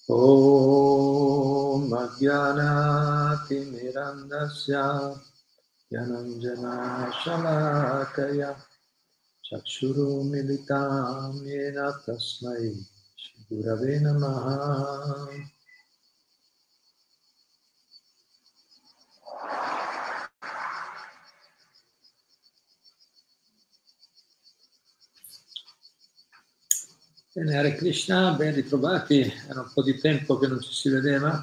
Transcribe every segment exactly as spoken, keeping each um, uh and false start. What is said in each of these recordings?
Om Ajnanati Mirandasya Yananjana Shalakaya Chakshuru Militam Yena Tasmai Shri Gurave Namaha. Bene, Hare Krishna, ben ritrovati, era un po' di tempo che non ci si vedeva,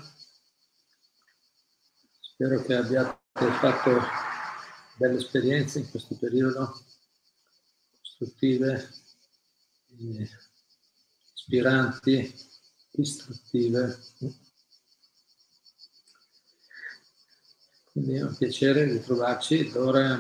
spero che abbiate fatto belle esperienze in questo periodo, costruttive, ispiranti, istruttive. Quindi è un piacere ritrovarci, ora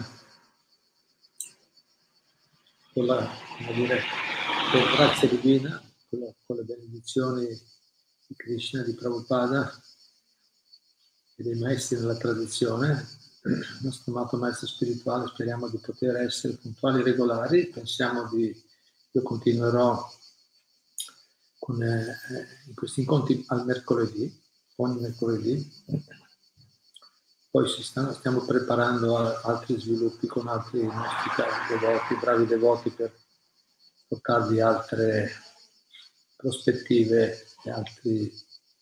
con la, come dire, con la grazia divina, con, la, con le benedizioni di Krishna, di Prabhupada e dei maestri della tradizione, il nostro amato maestro spirituale, speriamo di poter essere puntuali e regolari, pensiamo di, io continuerò con eh, in questi incontri al mercoledì, ogni mercoledì, poi si stanno, stiamo preparando a, altri sviluppi con altri nostri devoti, bravi devoti per portarvi altre prospettive e altri,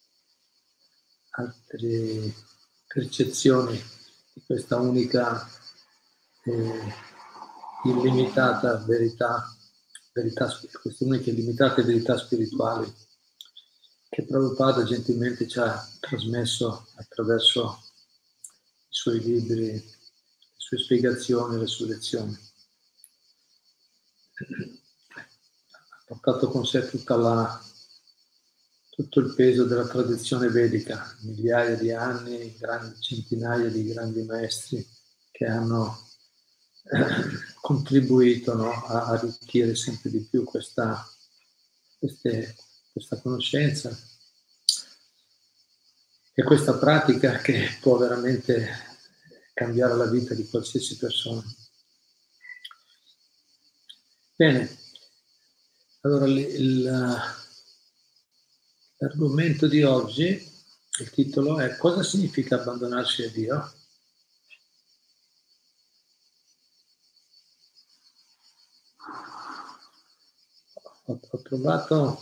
altre percezioni di questa unica eh, illimitata verità, verità, queste uniche illimitate verità spirituali che Prabhupada gentilmente ci ha trasmesso attraverso i suoi libri, le sue spiegazioni, le sue lezioni. Ha portato con sé tutta la, tutto il peso della tradizione vedica, migliaia di anni, grandi, centinaia di grandi maestri che hanno eh, contribuito, no, a arricchire sempre di più questa, queste, questa conoscenza e questa pratica che può veramente cambiare la vita di qualsiasi persona. Bene, allora il, l'argomento di oggi, il titolo è: cosa significa abbandonarsi a Dio? Ho, ho trovato, ho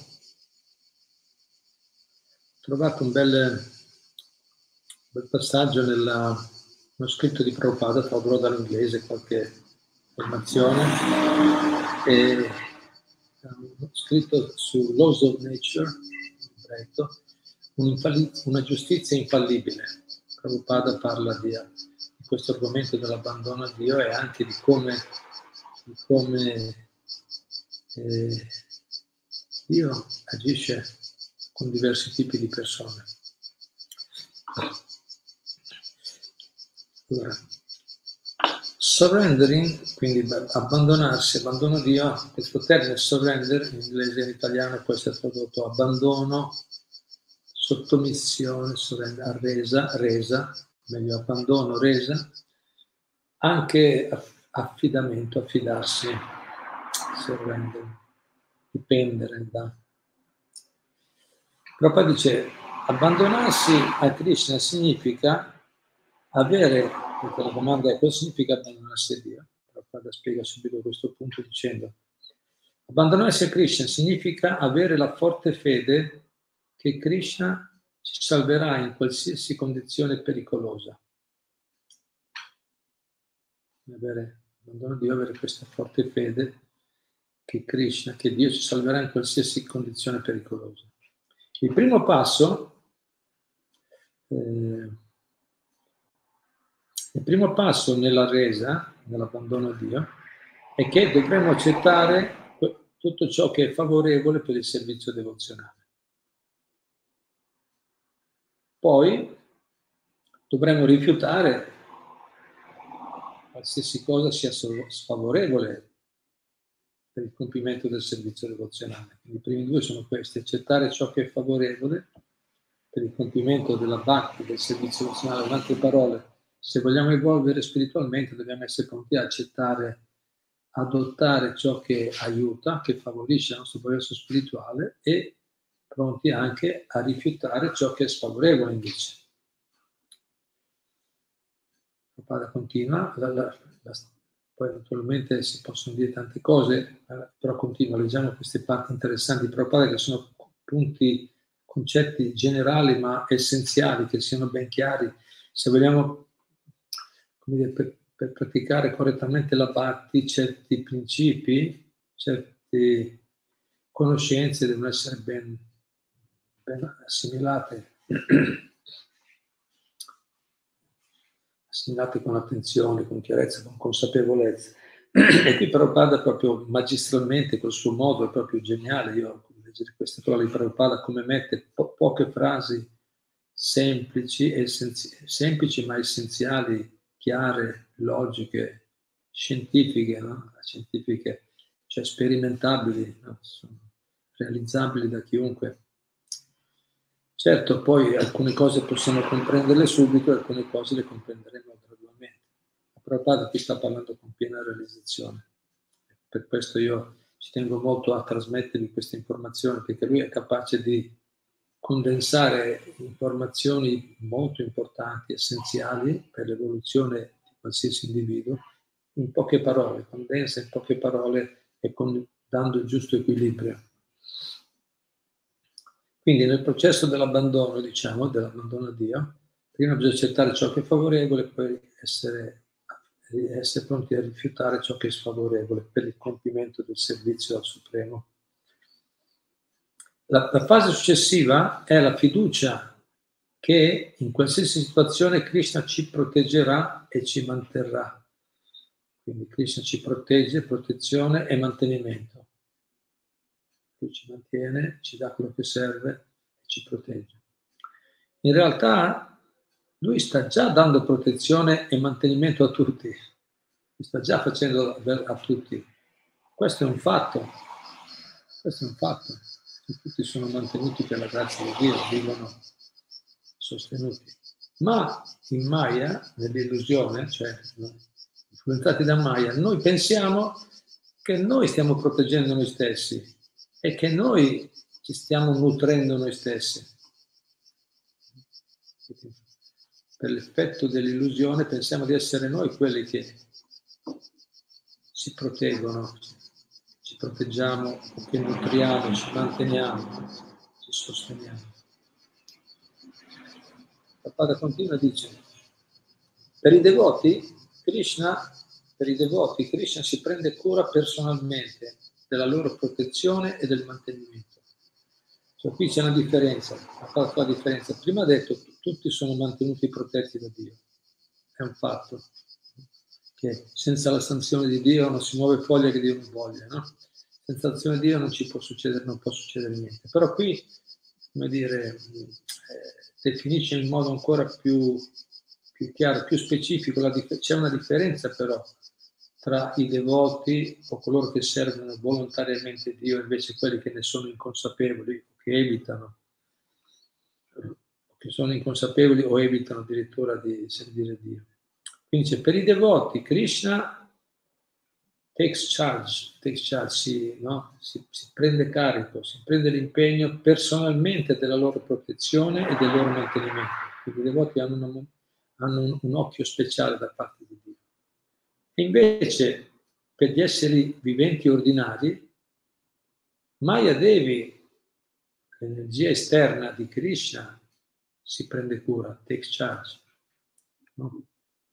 trovato un bel, un bel passaggio nella, nello scritto di Prabhupada, tradurrò dall'inglese qualche informazione, e um, scritto su Laws of Nature, un una giustizia infallibile. Prabhupada parla di, di questo argomento dell'abbandono a Dio e anche di come, di come eh, Dio agisce con diversi tipi di persone. Allora, surrendering, quindi abbandonarsi, abbandono a Dio, questo termine surrender in inglese e in italiano può essere tradotto abbandono, sottomissione, surrender, resa, resa, meglio abbandono, resa, anche affidamento, affidarsi, surrender, dipendere da. Prabhupada dice, abbandonarsi a Krishna significa avere, perché la domanda è cosa significa abbandonarsi a Dio? Prabhupada spiega subito questo punto dicendo, abbandonarsi a Krishna significa avere la forte fede che Krishna ci salverà in qualsiasi condizione pericolosa. Avere, abbandono a Dio, avere questa forte fede che Krishna, che Dio ci salverà in qualsiasi condizione pericolosa. Il primo passo, eh, il primo passo nella resa, nell'abbandono a Dio, è che dovremo accettare tutto ciò che è favorevole per il servizio devozionale. Poi dovremo rifiutare qualsiasi cosa sia sfavorevole per il compimento del servizio devozionale. Quindi i primi due sono questi: accettare ciò che è favorevole per il compimento della bhakti, del servizio devozionale. In altre parole, se vogliamo evolvere spiritualmente dobbiamo essere pronti a accettare, adottare ciò che aiuta, che favorisce il nostro progresso spirituale, e pronti anche a rifiutare ciò che è sfavorevole invece. Prabhupada continua, la, la, la, poi naturalmente si possono dire tante cose, però continua, leggiamo queste parti interessanti di Prabhupada che sono punti, concetti generali ma essenziali, che siano ben chiari. Se vogliamo, come dire, per, per praticare correttamente la bhakti, certi principi, certe conoscenze devono essere ben, ben assimilate. assimilate con attenzione, con chiarezza, con consapevolezza. E qui Prabhupada proprio magistralmente, col suo modo, è proprio geniale. Io leggere queste parole di Prabhupada, come mette po- poche frasi semplici, essenzi- semplici ma essenziali, chiare, logiche, scientifiche, no? Scientifiche, cioè sperimentabili, no? Sono realizzabili da chiunque. Certo, poi alcune cose possiamo comprenderle subito, alcune cose le comprenderemo gradualmente. Ma Prabhupada qui sta parlando con piena realizzazione. Per questo io ci tengo molto a trasmettervi queste informazioni, perché lui è capace di condensare informazioni molto importanti, essenziali per l'evoluzione di qualsiasi individuo, in poche parole, condensa in poche parole e con, dando il giusto equilibrio. Quindi nel processo dell'abbandono, diciamo, dell'abbandono a Dio, prima bisogna accettare ciò che è favorevole, poi essere, essere pronti a rifiutare ciò che è sfavorevole per il compimento del servizio al Supremo. La, la fase successiva è la fiducia che in qualsiasi situazione Krishna ci proteggerà e ci manterrà. Quindi Krishna ci protegge, protezione e mantenimento. Lui ci mantiene, ci dà quello che serve e ci protegge. In realtà lui sta già dando protezione e mantenimento a tutti, lui sta già facendo a tutti. Questo è un fatto, questo è un fatto. Tutti sono mantenuti per la grazia di Dio, vivono sostenuti. Ma in Maya, nell'illusione, cioè influenzati da Maya, noi pensiamo che noi stiamo proteggendo noi stessi e che noi ci stiamo nutrendo noi stessi. Per l'effetto dell'illusione pensiamo di essere noi quelli che ci proteggono, ci proteggiamo, che nutriamo, ci manteniamo, ci sosteniamo. Prabhupada continua e dice: per i devoti Krishna, per i devoti Krishna si prende cura personalmente della loro protezione e del mantenimento. Cioè, qui c'è una differenza, ha fatto la differenza. Prima ha detto che tutti sono mantenuti protetti da Dio. È un fatto che senza la sanzione di Dio non si muove foglia che Dio non voglia, no? Senza la sanzione di Dio non ci può succedere, non può succedere niente. Però qui, come dire, eh, definisce in modo ancora più, più chiaro, più specifico. La dif- c'è una differenza però tra i devoti o coloro che servono volontariamente Dio e invece quelli che ne sono inconsapevoli, che evitano, che sono inconsapevoli o evitano addirittura di servire Dio. Quindi c'è, per i devoti Krishna takes charge, takes charge si, no? si, si prende carico, si prende l'impegno personalmente della loro protezione e del loro mantenimento. Quindi i devoti hanno, una, hanno un, un occhio speciale da parte di Dio. E invece per gli esseri viventi ordinari, Maya Devi, l'energia esterna di Krishna, si prende cura, takes charge. No?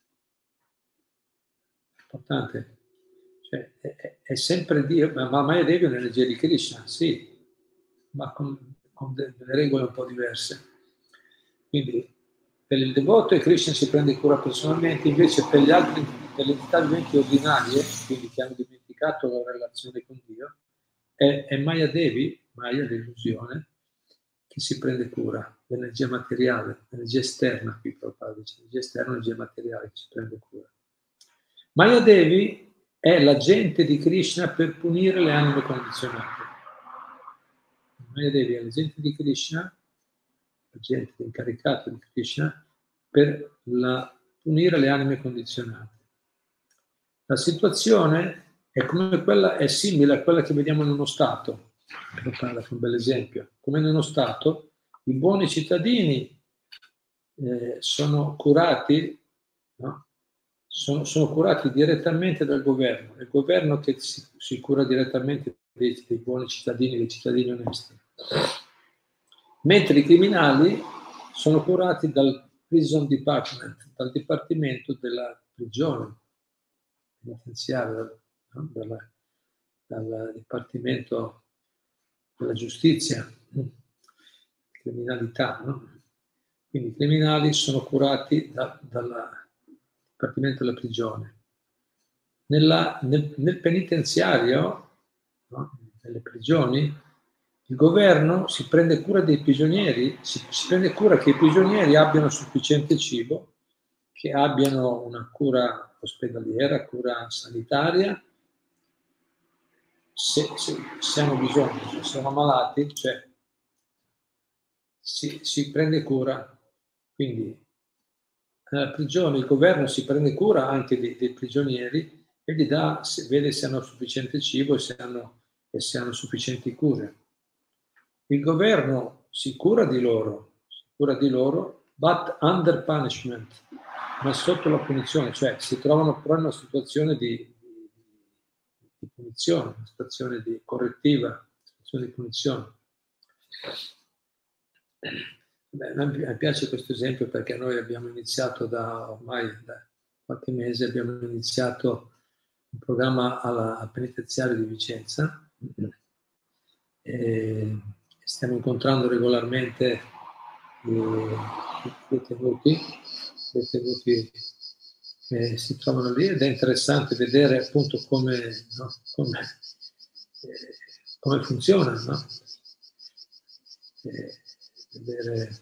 Importante. Cioè, è, è sempre Dio, ma Maya Devi è un'energia di Krishna, sì, ma con, con delle regole un po' diverse. Quindi per il devoto e Krishna si prende cura personalmente, invece per gli altri, per le entità viventi ordinarie, quindi che hanno dimenticato la relazione con Dio, è, è Maya Devi, Maya l'illusione, che si prende cura, l'energia materiale, l'energia esterna, qui proprio dice, l'energia esterna, l'energia materiale che si prende cura. Maya Devi è l'agente di Krishna per punire le anime condizionate. Maya Devi è l'agente di Krishna, l'agente incaricato di Krishna, per la, punire le anime condizionate. La situazione è come quella, è simile a quella che vediamo in uno Stato. Prabhupada fa un bel esempio. Come in uno Stato, i buoni cittadini eh, sono curati, no? sono, sono curati direttamente dal governo. È il governo che si, si cura direttamente dei, dei buoni cittadini, dei cittadini onesti. Mentre i criminali sono curati dal prison department, dal dipartimento della prigione penitenziaria, no? dal, dal dipartimento della giustizia, criminalità, no? Quindi i criminali sono curati da, dal dipartimento della prigione. Nella, nel, nel penitenziario, no? Nelle prigioni, il governo si prende cura dei prigionieri, si, si prende cura che i prigionieri abbiano sufficiente cibo, che abbiano una cura ospedaliera, cura sanitaria. Se, se, se hanno bisogno, se sono malati, cioè si, si prende cura. Quindi nella prigione il governo si prende cura anche dei, dei prigionieri e gli dà, se, vede se hanno sufficiente cibo e se hanno, e se hanno sufficienti cure. Il governo si cura di loro, si cura di loro, but under punishment, ma sotto la punizione, cioè si trovano però in una situazione di, di, di punizione, una situazione di correttiva, una situazione di punizione. Beh, a me piace questo esempio perché noi abbiamo iniziato da ormai da qualche mese, abbiamo iniziato un programma alla penitenziaria di Vicenza e stiamo incontrando regolarmente i detenuti, detenuti che si trovano lì ed è interessante vedere appunto come, no, come, eh, come funziona, no? Eh, vedere.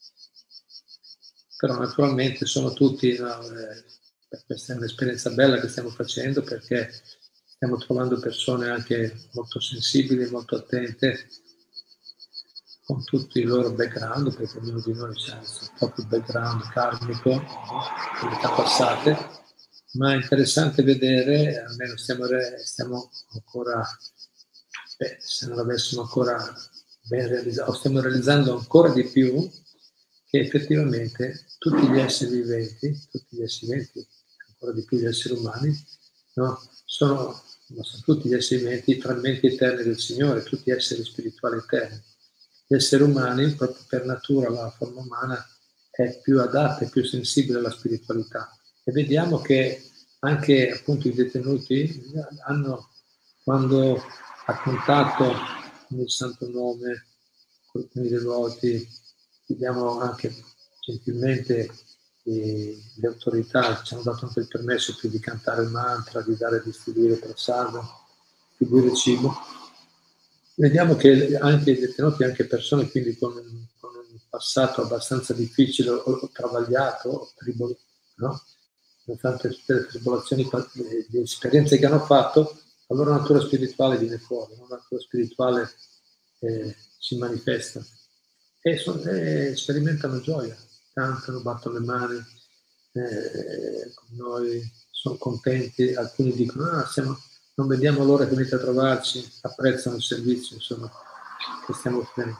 Però naturalmente sono tutti, no, eh, questa è un'esperienza bella che stiamo facendo perché stiamo trovando persone anche molto sensibili, molto attente con tutti i loro background, perché ognuno di noi ha il proprio background karmico, no? Le età passate, ma è interessante vedere, almeno stiamo, stiamo ancora, beh, se non l'avessimo ancora ben realizzato, stiamo realizzando ancora di più che effettivamente tutti gli esseri viventi, tutti gli esseri viventi, ancora di più gli esseri umani, no? sono, sono tutti gli esseri viventi frammenti eterni del Signore, tutti esseri spirituali eterni. Gli esseri umani, proprio per natura, la forma umana è più adatta e più sensibile alla spiritualità. E vediamo che anche appunto i detenuti hanno, quando a contatto con il Santo Nome, con i devoti, chiediamo anche gentilmente eh, le autorità, ci hanno dato anche il permesso più di cantare il mantra, di dare, distribuire prasada, distribuire cibo. Vediamo che anche i detenuti, anche persone quindi con, con un passato abbastanza difficile o, o travagliato, o tribolo, no? Nonostante tutte le tribolazioni, le esperienze che hanno fatto, la loro natura spirituale viene fuori, la loro natura spirituale eh, si manifesta e, son, e sperimentano gioia, cantano, battono le mani eh, con noi, sono contenti, alcuni dicono ah, siamo, non vediamo l'ora che venite a trovarci, apprezzano il servizio insomma, che stiamo offrendo.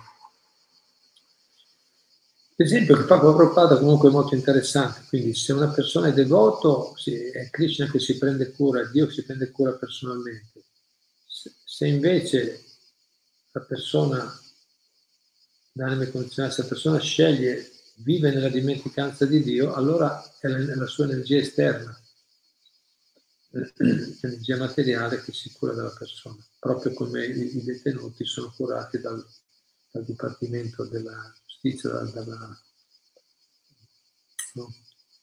L'esempio che fa Prabhupada comunque è molto interessante, quindi se una persona è devoto, sì, è Krishna che si prende cura, è Dio che si prende cura personalmente. Se, se invece la persona, l'anima condizionata, se la persona sceglie, vive nella dimenticanza di Dio, allora è la, è la sua energia esterna, l'energia materiale che si cura della persona, proprio come i, i detenuti sono curati dal, dal Dipartimento della Giustizia, dalla, dalla no?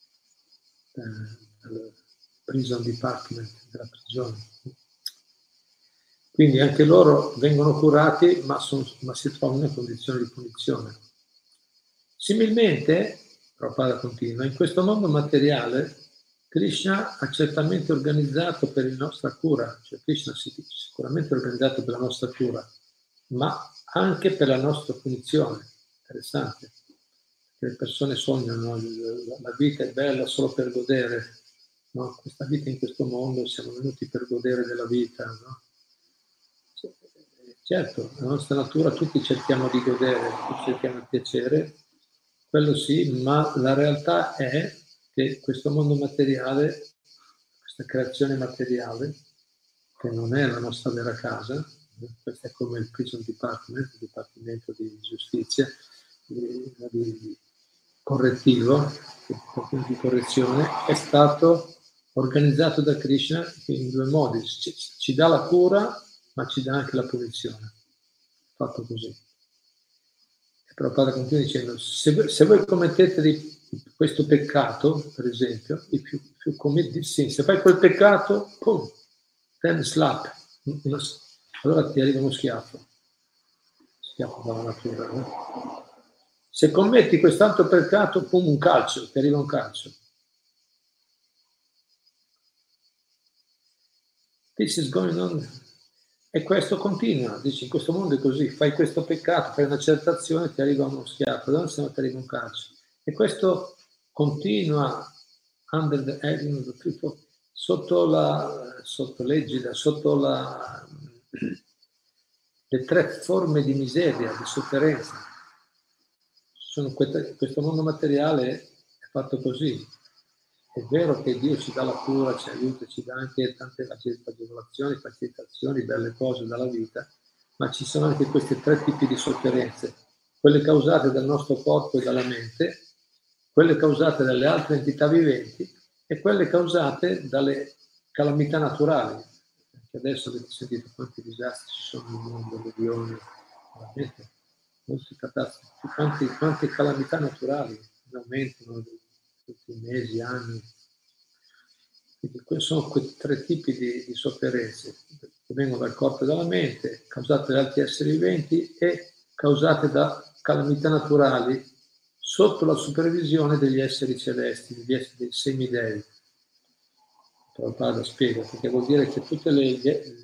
dal prison department della prigione. Quindi anche loro vengono curati, ma, son, ma si trovano in condizioni di punizione. Similmente, Prabhupada continua, in questo mondo materiale Krishna ha certamente organizzato per la nostra cura, cioè Krishna è sicuramente organizzato per la nostra cura, ma anche per la nostra punizione. Interessante. Le persone sognano, la vita è bella solo per godere, no? Questa vita in questo mondo, siamo venuti per godere della vita, no? Certo, la nostra natura tutti cerchiamo di godere, tutti cerchiamo di piacere, quello sì, ma la realtà è che questo mondo materiale, questa creazione materiale, che non è la nostra vera casa, questo è come il prison department, il dipartimento di giustizia, di, di correttivo, di correzione, è stato organizzato da Krishna in due modi, ci, ci dà la cura ma ci dà anche la punizione, fatto così. E Prabhupada continua dicendo, se, se voi commettete di, questo peccato, per esempio, i più, più commetti, sì, se fai quel peccato, pum, then slap, allora ti arriva uno schiaffo, schiaffo dalla natura, no? Se commetti quest'altro peccato, pum, un calcio, ti arriva un calcio. This is going on. E questo continua, dici in questo mondo è così, fai questo peccato, fai una certa azione, ti arriva uno schiaffo, allora se no ti arriva un calcio. E questo continua under the, sotto la sotto l'egida, sotto la, le tre forme di miseria, di sofferenza. Sono queste, questo mondo materiale è fatto così. È vero che Dio ci dà la cura, ci aiuta, ci dà anche tante agevolazioni, facilitazioni, belle cose dalla vita, ma ci sono anche questi tre tipi di sofferenze, quelle causate dal nostro corpo e dalla mente, quelle causate dalle altre entità viventi e quelle causate dalle calamità naturali. Anche adesso avete sentito quanti disastri ci sono nel mondo, alluvioni, veramente molte catastrofi, quante, quante calamità naturali aumentano tutti i mesi, anni. Quindi questi sono quei tre tipi di, di sofferenze che vengono dal corpo e dalla mente, causate da altri esseri viventi e causate da calamità naturali sotto la supervisione degli esseri celesti, degli esseri dei semidei. Prabhupada spiega, perché vuol dire che tutti gli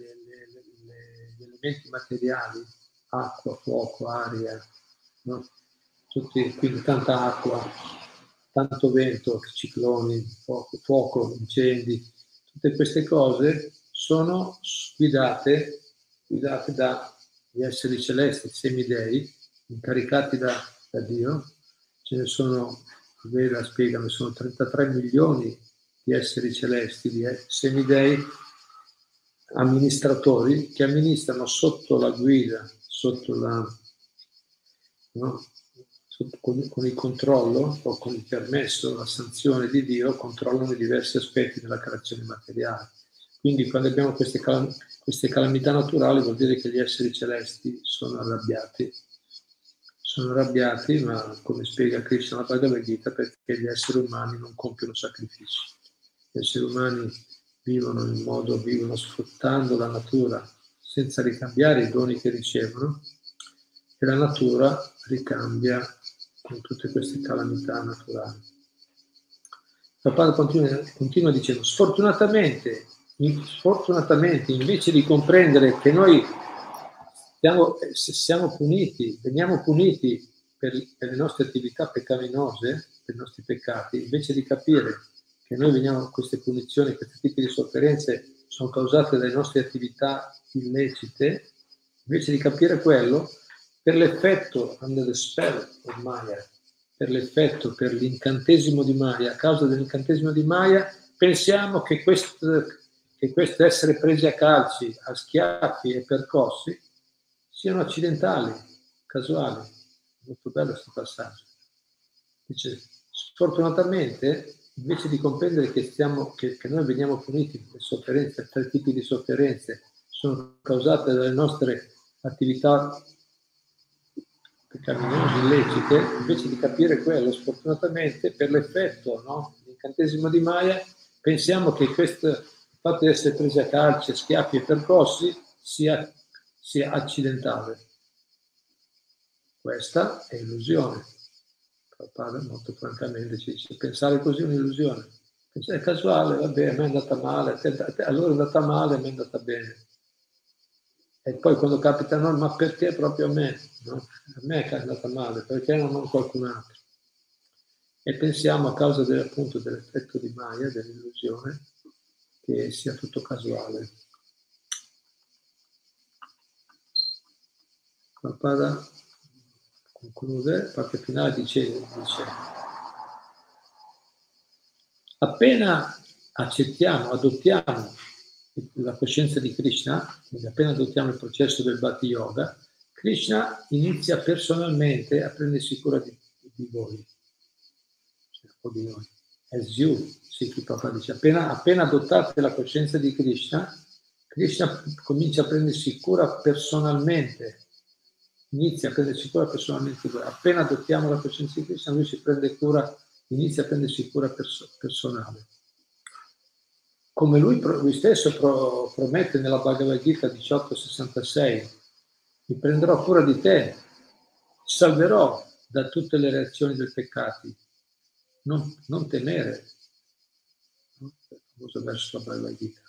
elementi materiali, acqua, fuoco, aria, no? Tutti, quindi tanta acqua, tanto vento, cicloni, fuoco, fuoco, incendi, tutte queste cose sono guidate, guidate dagli esseri celesti, semidei, incaricati da, da Dio. Ce ne sono, Veda spiegano, sono trentatré milioni di esseri celesti, di semidei amministratori che amministrano sotto la guida, sotto la, no? sotto, con, con il controllo o con il permesso, la sanzione di Dio, controllano i diversi aspetti della creazione materiale. Quindi quando abbiamo queste, calam- queste calamità naturali vuol dire che gli esseri celesti sono arrabbiati. Sono arrabbiati, ma come spiega Krishna la Bhagavad Gita, perché gli esseri umani non compiono sacrifici. Gli esseri umani vivono in modo, vivono sfruttando la natura senza ricambiare i doni che ricevono e la natura ricambia con tutte queste calamità naturali. Prabhupada continua, continua dicendo, sfortunatamente, sfortunatamente, invece di comprendere che noi siamo, siamo puniti, veniamo puniti per, per le nostre attività peccaminose, per i nostri peccati, invece di capire che noi veniamo, queste punizioni, questi tipi di sofferenze sono causate dalle nostre attività illecite, invece di capire quello, per l'effetto under the spell of Maya, per l'effetto, per l'incantesimo di Maya, a causa dell'incantesimo di Maya, pensiamo che questo, che questo essere presi a calci, a schiaffi e percossi siano accidentali, casuali. Molto bello questo passaggio. Dice, sfortunatamente, invece di comprendere che, stiamo, che, che noi veniamo puniti per sofferenze, tre tipi di sofferenze sono causate dalle nostre attività peccaminose, illecite, invece di capire quello, sfortunatamente, per l'effetto, no? L'incantesimo di Maya, pensiamo che questo fatto di essere presi a calci, schiaffi e percossi sia, sia accidentale. Questa è illusione. Prabhupada molto francamente ci dice, pensare così è un'illusione. Pensare è casuale, vabbè, a me è andata male, a te, a te, allora è andata male, a me è andata bene. E poi quando capita no, ma perché proprio a me? No? A me è andata male, perché non a qualcun altro? E pensiamo a causa del, appunto dell'effetto di Maya, dell'illusione, che sia tutto casuale. Prabhupada conclude, parte finale dice, dice appena accettiamo, adottiamo la coscienza di Krishna, quindi appena adottiamo il processo del Bhakti Yoga, Krishna inizia personalmente a prendersi cura di, di voi, cioè, o di noi. As you, sì, che Prabhupada dice, appena, appena adottate la coscienza di Krishna, Krishna comincia a prendersi cura personalmente, inizia a prendersi cura personalmente. Appena adottiamo la coscienza di Krishna, lui si prende cura, inizia a prendersi cura perso- personale. Come lui, lui stesso pro, promette nella Bhagavad Gita diciotto sessantasei, mi prenderò cura di te, ti salverò da tutte le reazioni del peccato, non, non temere. No? Il famoso verso della Bhagavad Gita.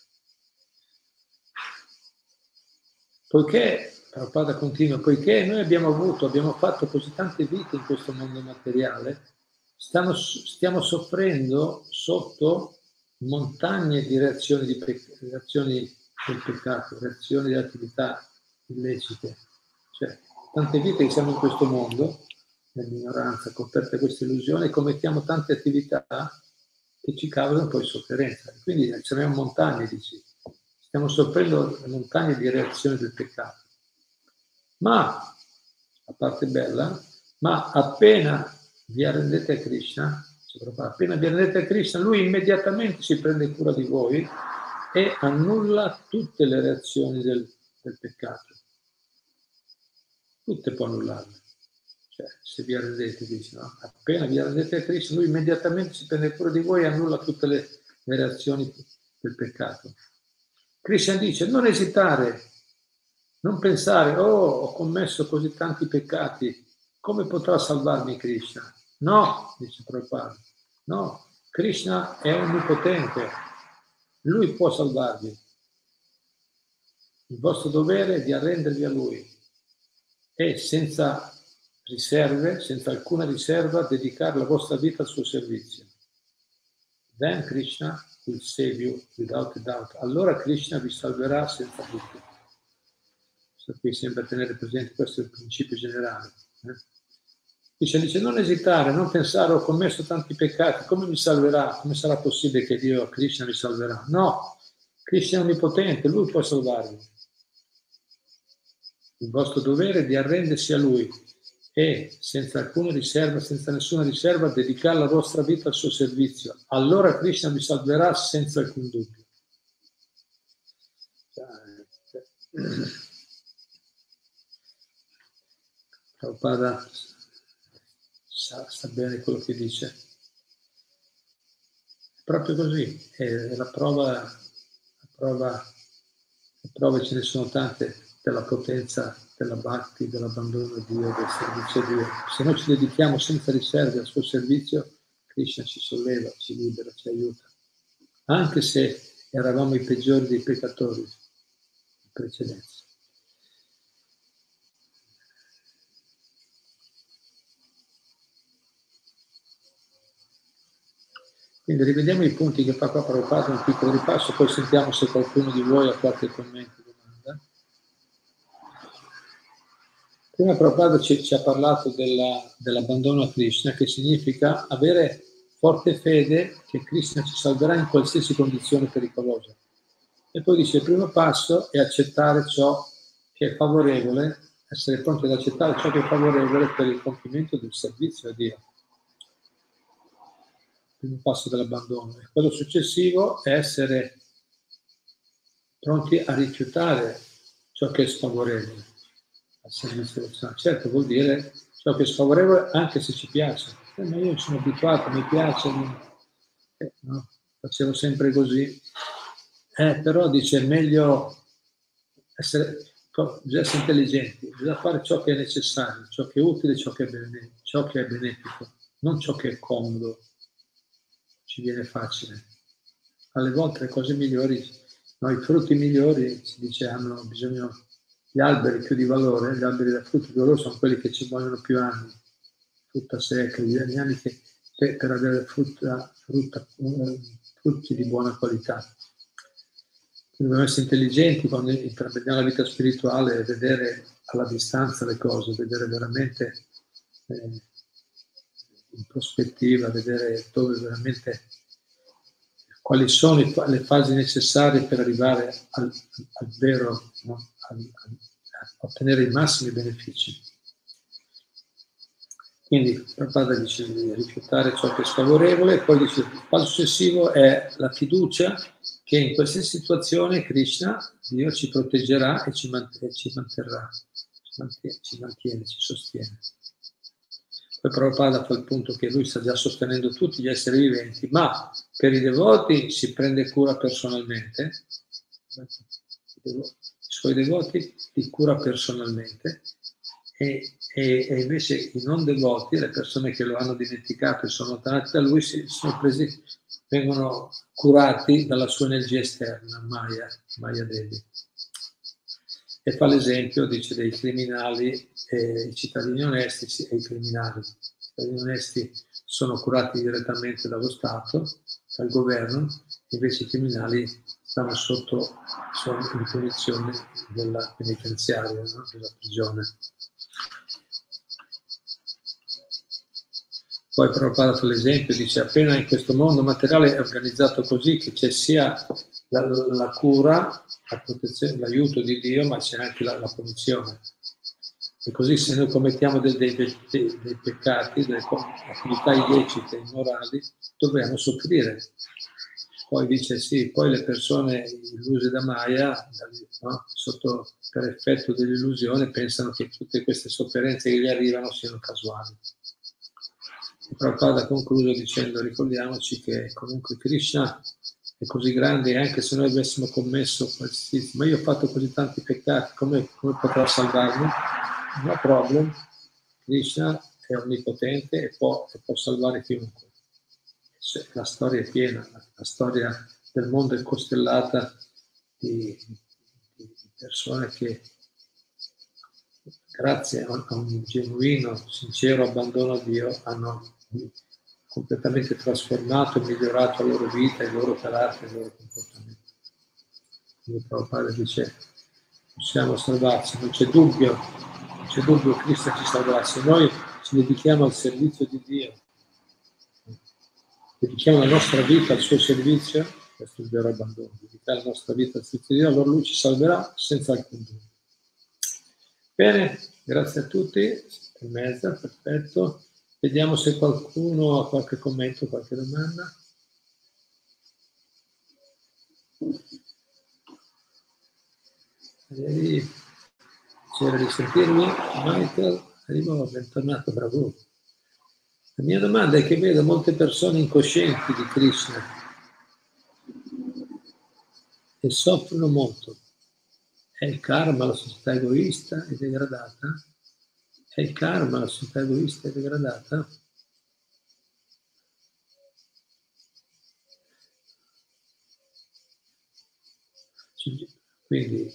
Poiché, Prabhupada continua, poiché noi abbiamo avuto, abbiamo fatto così tante vite in questo mondo materiale, stanno, stiamo soffrendo sotto montagne di reazioni, di pe- reazioni del peccato, reazioni di attività illecite. Cioè, tante vite che siamo in questo mondo, nell'ignoranza, coperte da questa illusione, commettiamo tante attività che ci causano poi sofferenza. Quindi siamo montagne, dici. Stiamo soffrendo montagne di reazioni del peccato. Ma, a parte bella, ma appena vi arrendete a Krishna, appena vi arrendete a Krishna, lui immediatamente si prende cura di voi e annulla tutte le reazioni del, del peccato. Tutte può annullarle. Cioè, se vi arrendete, dice, no? Appena vi arrendete a Krishna, lui immediatamente si prende cura di voi e annulla tutte le, le reazioni del peccato. Krishna dice, non esitare, non pensare, oh, ho commesso così tanti peccati, come potrà salvarmi Krishna? No, dice Prabhupada, no, Krishna è onnipotente, lui può salvarvi. Il vostro dovere è di arrendervi a lui e senza riserve, senza alcuna riserva, dedicare la vostra vita al suo servizio. Then Krishna will save you without a doubt. Allora Krishna vi salverà senza dubbio. Per cui sempre tenere presente questo è il principio generale. Eh? Krishna dice non esitare, non pensare ho commesso tanti peccati, come mi salverà? Come sarà possibile che Dio, Krishna, vi salverà? No, Krishna è onnipotente, lui può salvarvi. Il vostro dovere è di arrendersi a lui e senza alcuna riserva, senza nessuna riserva, dedicare la vostra vita al suo servizio. Allora Krishna vi salverà senza alcun dubbio. Prabhupada sa, sa bene quello che dice. È proprio così, è la prova, la prova, le prove ce ne sono tante della potenza della bhakti, dell'abbandono a Dio, del servizio a Dio. Se noi ci dedichiamo senza riserve al suo servizio, Krishna ci solleva, ci libera, ci aiuta. Anche se eravamo i peggiori dei peccatori in precedenza. Quindi rivediamo i punti che fa qua Prabhupada, un piccolo ripasso, poi sentiamo se qualcuno di voi ha qualche commento o domanda. Prima Prabhupada ci, ci ha parlato della, dell'abbandono a Krishna, che significa avere forte fede che Krishna ci salverà in qualsiasi condizione pericolosa. E poi dice il primo passo è accettare ciò che è favorevole, essere pronti ad accettare ciò che è favorevole per il compimento del servizio a Dio. Il primo passo dell'abbandono. E quello successivo è essere pronti a rifiutare ciò che è sfavorevole al servizio del Santo. Certo, vuol dire ciò che è sfavorevole anche se ci piace. Eh, ma io sono abituato, mi piace, eh, no? Facevo sempre così. Eh, però dice è meglio essere, bisogna essere intelligenti, bisogna fare ciò che è necessario, ciò che è utile, ciò che è benefico, ciò che è benefico, non ciò che è comodo, ci viene facile. Alle volte le cose migliori, no, i frutti migliori, si dice, hanno bisogno, gli alberi più di valore, gli alberi da frutto più di valore sono quelli che ci vogliono più anni, frutta secca, gli anni che per, per avere frutta, frutta, frutti di buona qualità. Quindi dobbiamo essere intelligenti quando intraprendiamo la vita spirituale e vedere alla distanza le cose, vedere veramente eh, in prospettiva, vedere dove veramente, quali sono le fasi necessarie per arrivare al, al vero, no? al, al, a ottenere i massimi benefici. Quindi Prabhupada dice di rifiutare ciò che è sfavorevole, e poi dice il passo successivo è la fiducia che in qualsiasi situazione Krishna, Dio, ci proteggerà e ci, mant- e ci manterrà, ci mantiene, ci mantiene, ci sostiene. Poi Prabhupada fa il punto che lui sta già sostenendo tutti gli esseri viventi, ma per i devoti si prende cura personalmente, i suoi devoti li cura personalmente, e, e, e invece i non devoti, le persone che lo hanno dimenticato e sono allontanate da lui, si, sono presi, vengono curati dalla sua energia esterna, Maya, Maya Devi. E fa l'esempio, dice, dei criminali, eh, i cittadini onesti e i criminali. I cittadini onesti sono curati direttamente dallo Stato, dal governo, invece i criminali stanno sotto, sono in punizione della penitenziaria, no? Della prigione. Poi Prabhupada fa l'esempio, dice, appena in questo mondo materiale è organizzato così che c'è sia la, la cura, la protezione, l'aiuto di Dio, ma c'è anche la, la punizione. E così se noi commettiamo dei, dei, dei, dei peccati, delle attività illecite, immorali, dobbiamo soffrire. Poi dice sì, poi le persone illuse da Maya, no, sotto, per effetto dell'illusione, pensano che tutte queste sofferenze che gli arrivano siano casuali. E Prabhupada ha concluso dicendo, ricordiamoci che comunque Krishna è così grande, e anche se noi avessimo commesso qualsiasi, ma io ho fatto così tanti peccati, come, come potrà salvarmi? No problem, Krishna è onnipotente e può, e può salvare chiunque. La storia è piena, la storia del mondo è costellata di, di persone che, grazie a un genuino, sincero abbandono a Dio, hanno completamente trasformato e migliorato la loro vita, il loro carattere, il loro comportamento. Quindi Prabhupada dice, possiamo salvarci, non c'è dubbio, non c'è dubbio che Cristo ci salverà. Se noi ci dedichiamo al servizio di Dio, dedichiamo la nostra vita al suo servizio, questo è il vero abbandono, dedicare la nostra vita al servizio di Dio, allora Lui ci salverà senza alcun dubbio. Bene, grazie a tutti, e mezza, perfetto. Vediamo se qualcuno ha qualche commento, qualche domanda. Ieri c'era di sentirmi, Michael, arrivo, bentornato, bravo. La mia domanda è che vedo molte persone incoscienti di Krishna e soffrono molto. È il karma la società egoista e degradata? È il karma la società egoista e degradata? Quindi,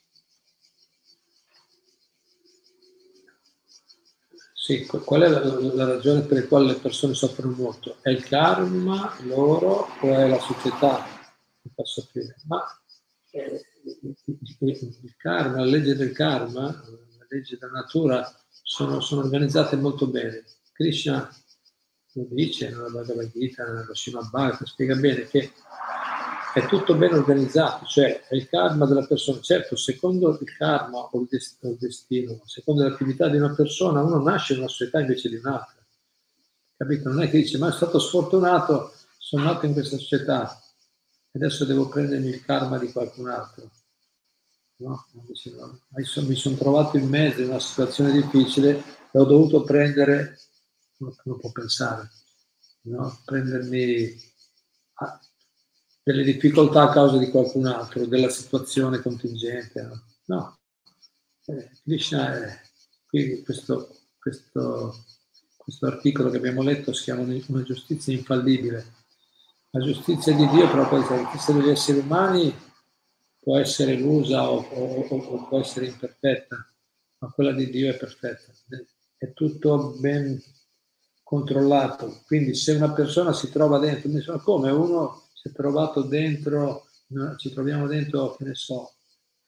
sì, qual è la, la ragione per la quale le persone soffrono molto? È il karma loro o è la società che fa soffrire? Ma eh, il karma, la legge del karma, la legge della natura sono, sono organizzate molto bene. Krishna lo dice nella Bhagavad Gita, nello Srimad Bhagavatam, spiega bene che è tutto ben organizzato, cioè è il karma della persona. Certo, secondo il karma o il, dest- o il destino, secondo l'attività di una persona, uno nasce in una società invece di un'altra. Capito? Non è che dice, ma sono stato sfortunato, sono nato in questa società, adesso devo prendermi il karma di qualcun altro. No? Dice, no. Mi sono trovato in mezzo in una situazione difficile e ho dovuto prendere, non può pensare, no? Prendermi ah, delle difficoltà a causa di qualcun altro, della situazione contingente. No, no. Eh, Krishna è qui, questo, questo, questo articolo che abbiamo letto si chiama una giustizia infallibile. La giustizia di Dio, proprio la giustizia degli esseri umani, può essere elusa o, o, o può essere imperfetta, ma quella di Dio è perfetta. È tutto ben controllato. Quindi se una persona si trova dentro, mi dice, come uno si è trovato dentro, no, ci troviamo dentro, che ne so,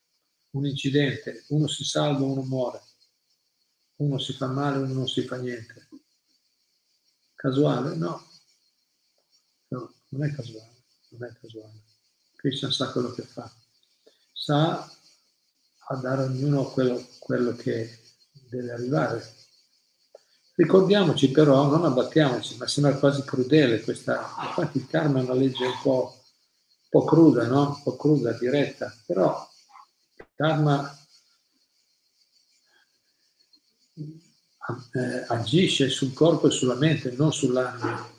un incidente, uno si salva, uno muore, uno si fa male, uno non si fa niente. Casuale? No, no, non è casuale, non è casuale. Krishna sa quello che fa, sa a dare a ognuno quello, quello che deve arrivare. Ricordiamoci però, non abbattiamoci, ma sembra quasi crudele questa, infatti il karma è una legge un po', un po' cruda, no? Un po' cruda, diretta, però il karma eh, agisce sul corpo e sulla mente, non sull'anima.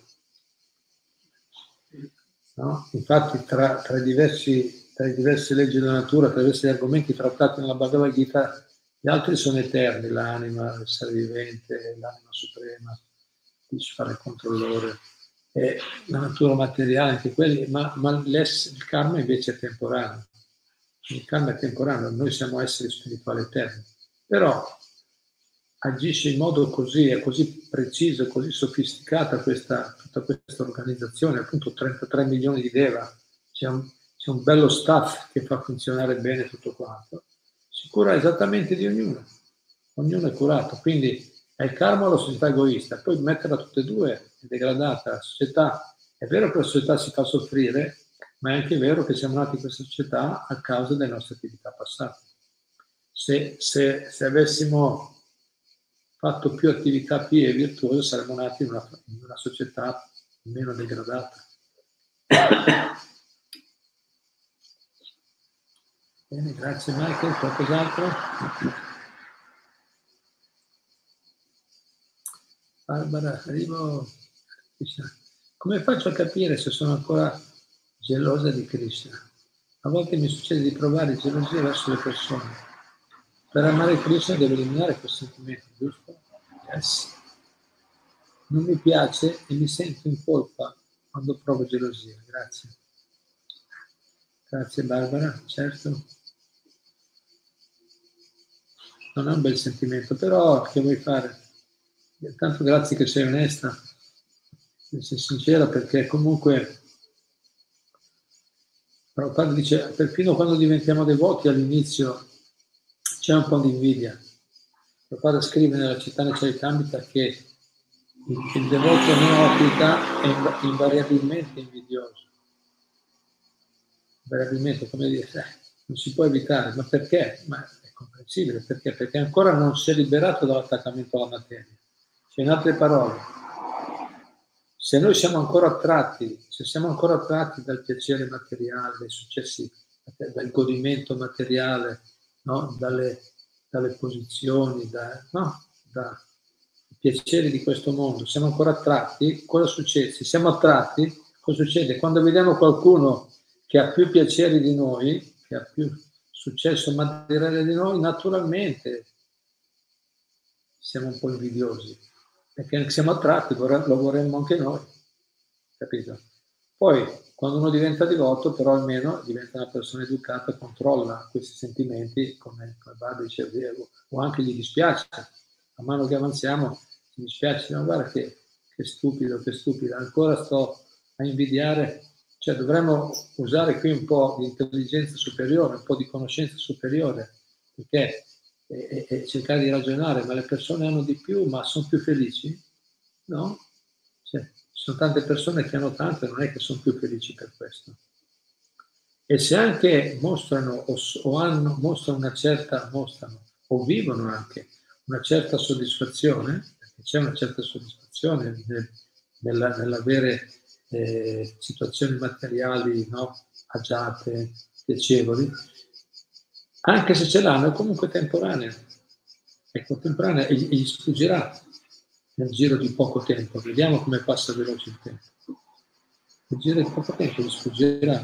No? Infatti tra, tra, i diversi, tra i diverse leggi della natura, tra i diversi argomenti trattati nella Bhagavad Gita, gli altri sono eterni, l'anima, l'essere vivente, l'anima suprema, l'Ishvara, il controllore, e la natura materiale, anche quelli, ma, ma il karma invece è temporaneo. Il karma è temporaneo, noi siamo esseri spirituali eterni, però agisce in modo così, è così preciso, così sofisticata questa, tutta questa organizzazione, appunto trentatré milioni di deva, c'è un, c'è un bello staff che fa funzionare bene tutto quanto, si cura esattamente di ognuno, ognuno è curato, quindi è il karma o la società egoista, poi metterla tutte e due è degradata, la società, è vero che la società si fa soffrire, ma è anche vero che siamo nati in questa società a causa delle nostre attività passate. Se, se, se avessimo fatto più attività pie e virtuose, saremmo nati in una, in una società meno degradata. Bene, grazie Michael. Qualcos'altro? Barbara, arrivo. Come faccio a capire se sono ancora gelosa di Krishna? A volte mi succede di provare gelosia verso le persone. Per amare Krishna devo eliminare questi sentimenti, giusto? Yes. Non mi piace e mi sento in colpa quando provo gelosia. Grazie. Grazie Barbara, certo. Non è un bel sentimento, però che vuoi fare? Tanto grazie che sei onesta, che sei sincera, perché comunque Prabhupada dice, perfino quando diventiamo devoti all'inizio c'è un po' di invidia. Prabhupada scrive nella Chaitanya Charitamrita che il devoto neofita è invariabilmente invidioso. Invariabilmente, come dire, eh, non si può evitare, ma perché? Ma è comprensibile, perché? Perché ancora non si è liberato dall'attaccamento alla materia. Cioè, in altre parole, se noi siamo ancora attratti, se siamo ancora attratti dal piacere materiale, dai successi, dal godimento materiale, no? dalle, dalle posizioni, da, no? da piaceri di questo mondo, siamo ancora attratti, cosa succede? Se siamo attratti, cosa succede? Quando vediamo qualcuno che ha più piaceri di noi, che ha più successo materiale di noi, naturalmente siamo un po' invidiosi, perché siamo attratti, lo vorremmo anche noi, capito? Poi, quando uno diventa devoto, però almeno diventa una persona educata, controlla questi sentimenti, come, come Barbara diceva, o anche gli dispiace. Man mano che avanziamo, mi dispiace, ma guarda che, che stupido, che stupida, ancora sto a invidiare, cioè dovremmo usare qui un po' di intelligenza superiore, un po' di conoscenza superiore, perché e, e cercare di ragionare, ma le persone hanno di più, ma sono più felici? No? Cioè, ci sono tante persone che hanno tanto e non è che sono più felici per questo. E se anche mostrano o, o hanno, mostrano una certa, mostrano o vivono anche una certa soddisfazione, perché c'è una certa soddisfazione nel, nella, nell'avere eh, situazioni materiali, no? agiate, piacevoli, anche se ce l'hanno è comunque temporanea, è contemporanea e gli sfuggirà nel giro di poco tempo. Vediamo come passa veloce il tempo. Nel giro di poco tempo gli sfuggirà.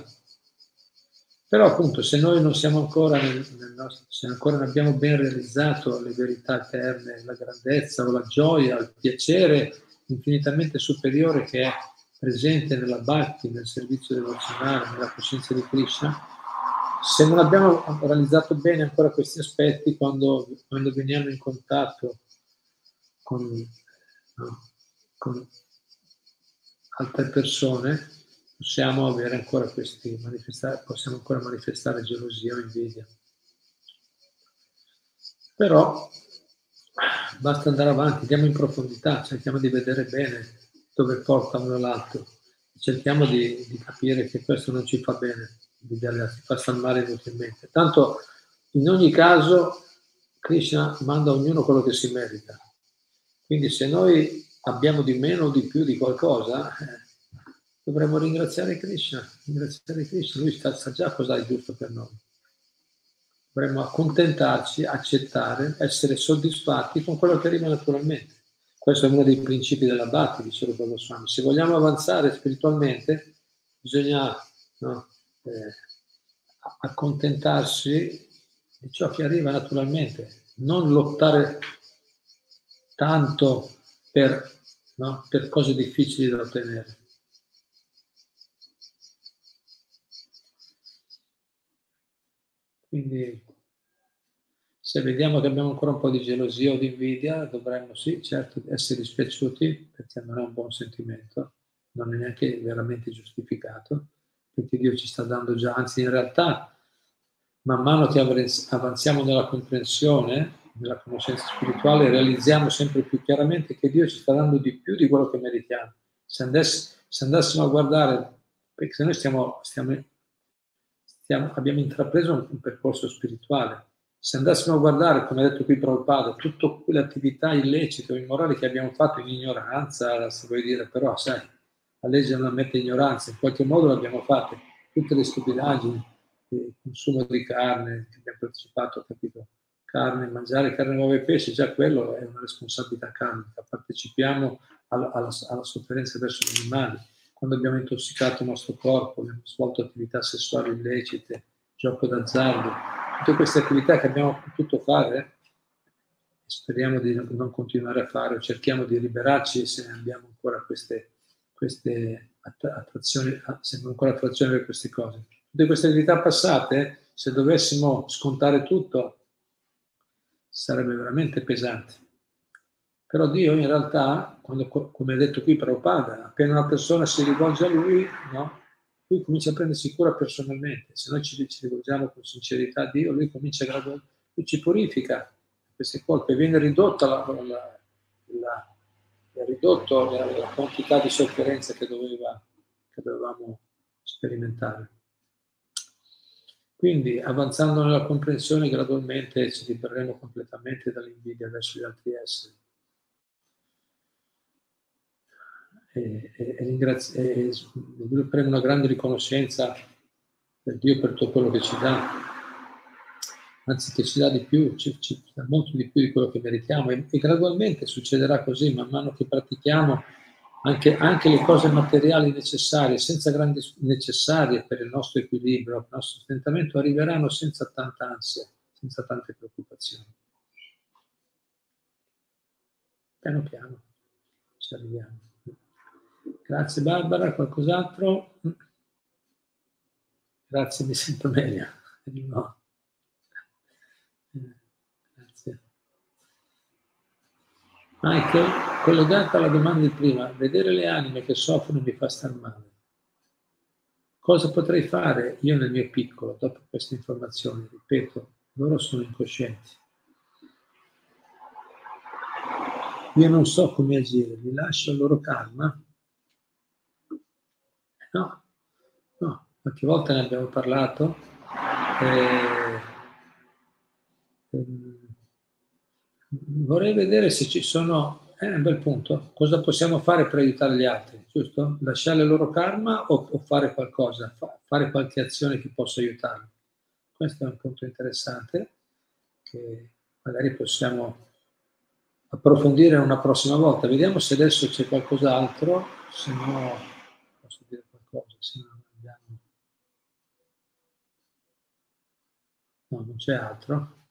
Però appunto se noi non siamo ancora nel, nel nostro, se ancora non abbiamo ben realizzato le verità eterne, la grandezza o la gioia, il piacere infinitamente superiore che è presente nella bhakti, nel servizio devozionale, nella coscienza di Krishna, se non abbiamo realizzato bene ancora questi aspetti, quando, quando veniamo in contatto con, no, con altre persone, possiamo avere ancora questi manifestare, possiamo ancora manifestare gelosia o invidia. Però basta andare avanti, andiamo in profondità, cerchiamo di vedere bene dove porta uno l'altro, cerchiamo di, di capire che questo non ci fa bene, ci fa star male inutilmente. Tanto in ogni caso Krishna manda a ognuno quello che si merita. Quindi se noi abbiamo di meno o di più di qualcosa, eh, dovremmo ringraziare Krishna, ringraziare Krishna, lui sa, sa già cosa è giusto per noi. Dovremmo accontentarci, accettare, essere soddisfatti con quello che arriva naturalmente. Questo è uno dei principi della Bhakti, dice Rupa Goswami. Se vogliamo avanzare spiritualmente, bisogna no, eh, accontentarsi di ciò che arriva naturalmente, non lottare tanto per, no, per cose difficili da ottenere. Quindi se vediamo che abbiamo ancora un po' di gelosia o di invidia, dovremmo sì, certo, essere dispiaciuti, perché non è un buon sentimento, non è neanche veramente giustificato, perché Dio ci sta dando già, anzi in realtà man mano che avanziamo nella comprensione, nella conoscenza spirituale, realizziamo sempre più chiaramente che Dio ci sta dando di più di quello che meritiamo. Se, andass- se andassimo a guardare, perché se noi stiamo, stiamo, stiamo, abbiamo intrapreso un, un percorso spirituale, se andassimo a guardare, come ha detto qui Prabhupada, tutte quelle attività illecite o immorali che abbiamo fatto in ignoranza, se vuoi dire, però sai, la legge non ammette ignoranza, in qualche modo l'abbiamo fatta, tutte le stupidaggini, il consumo di carne, che abbiamo partecipato, capito? Carne, mangiare carne, uova e pesce, già quello è una responsabilità karmica, partecipiamo alla, alla, alla sofferenza verso gli animali, quando abbiamo intossicato il nostro corpo, abbiamo svolto attività sessuali illecite, gioco d'azzardo, tutte queste attività che abbiamo potuto fare, speriamo di non continuare a fare, o cerchiamo di liberarci se abbiamo ancora queste, queste attrazioni, se abbiamo ancora attrazione per queste cose. Tutte queste attività passate, se dovessimo scontare tutto, sarebbe veramente pesante. Però Dio in realtà, quando, come ha detto qui Prabhupada, appena una persona si rivolge a Lui, no? Lui comincia a prendersi cura personalmente. Se noi ci, ci rivolgiamo con sincerità a Dio, Lui comincia a gradualmente, Lui ci purifica queste colpe, viene ridotta la, la, la, la, ridotto la, la quantità di sofferenza che, doveva, che dovevamo sperimentare. Quindi, avanzando nella comprensione, gradualmente ci libereremo completamente dall'invidia verso gli altri esseri. E, e, e, e svilupperemo una grande riconoscenza per Dio per tutto quello che ci dà, anzi che ci dà di più, ci, ci dà molto di più di quello che meritiamo e, e gradualmente succederà così, man mano che pratichiamo anche, anche le cose materiali necessarie, senza grandi necessarie per il nostro equilibrio, per il nostro sostentamento, arriveranno senza tanta ansia, senza tante preoccupazioni. Piano piano ci arriviamo. Grazie Barbara, qualcos'altro? Grazie, mi sento meglio. No. Grazie. Michael, collegato alla domanda di prima, vedere le anime che soffrono mi fa star male. Cosa potrei fare io nel mio piccolo dopo queste informazioni? Ripeto, loro sono incoscienti. Io non so come agire, mi lascio il loro karma? No, no, qualche volta ne abbiamo parlato. Eh, ehm, vorrei vedere se ci sono, è un bel punto, cosa possiamo fare per aiutare gli altri, giusto? Lasciare il loro karma o, o fare qualcosa, fa, fare qualche azione che possa aiutarli. Questo è un punto interessante che magari possiamo approfondire una prossima volta. Vediamo se adesso c'è qualcos'altro, se no posso dire qualcosa, se no andiamo. No, non c'è altro.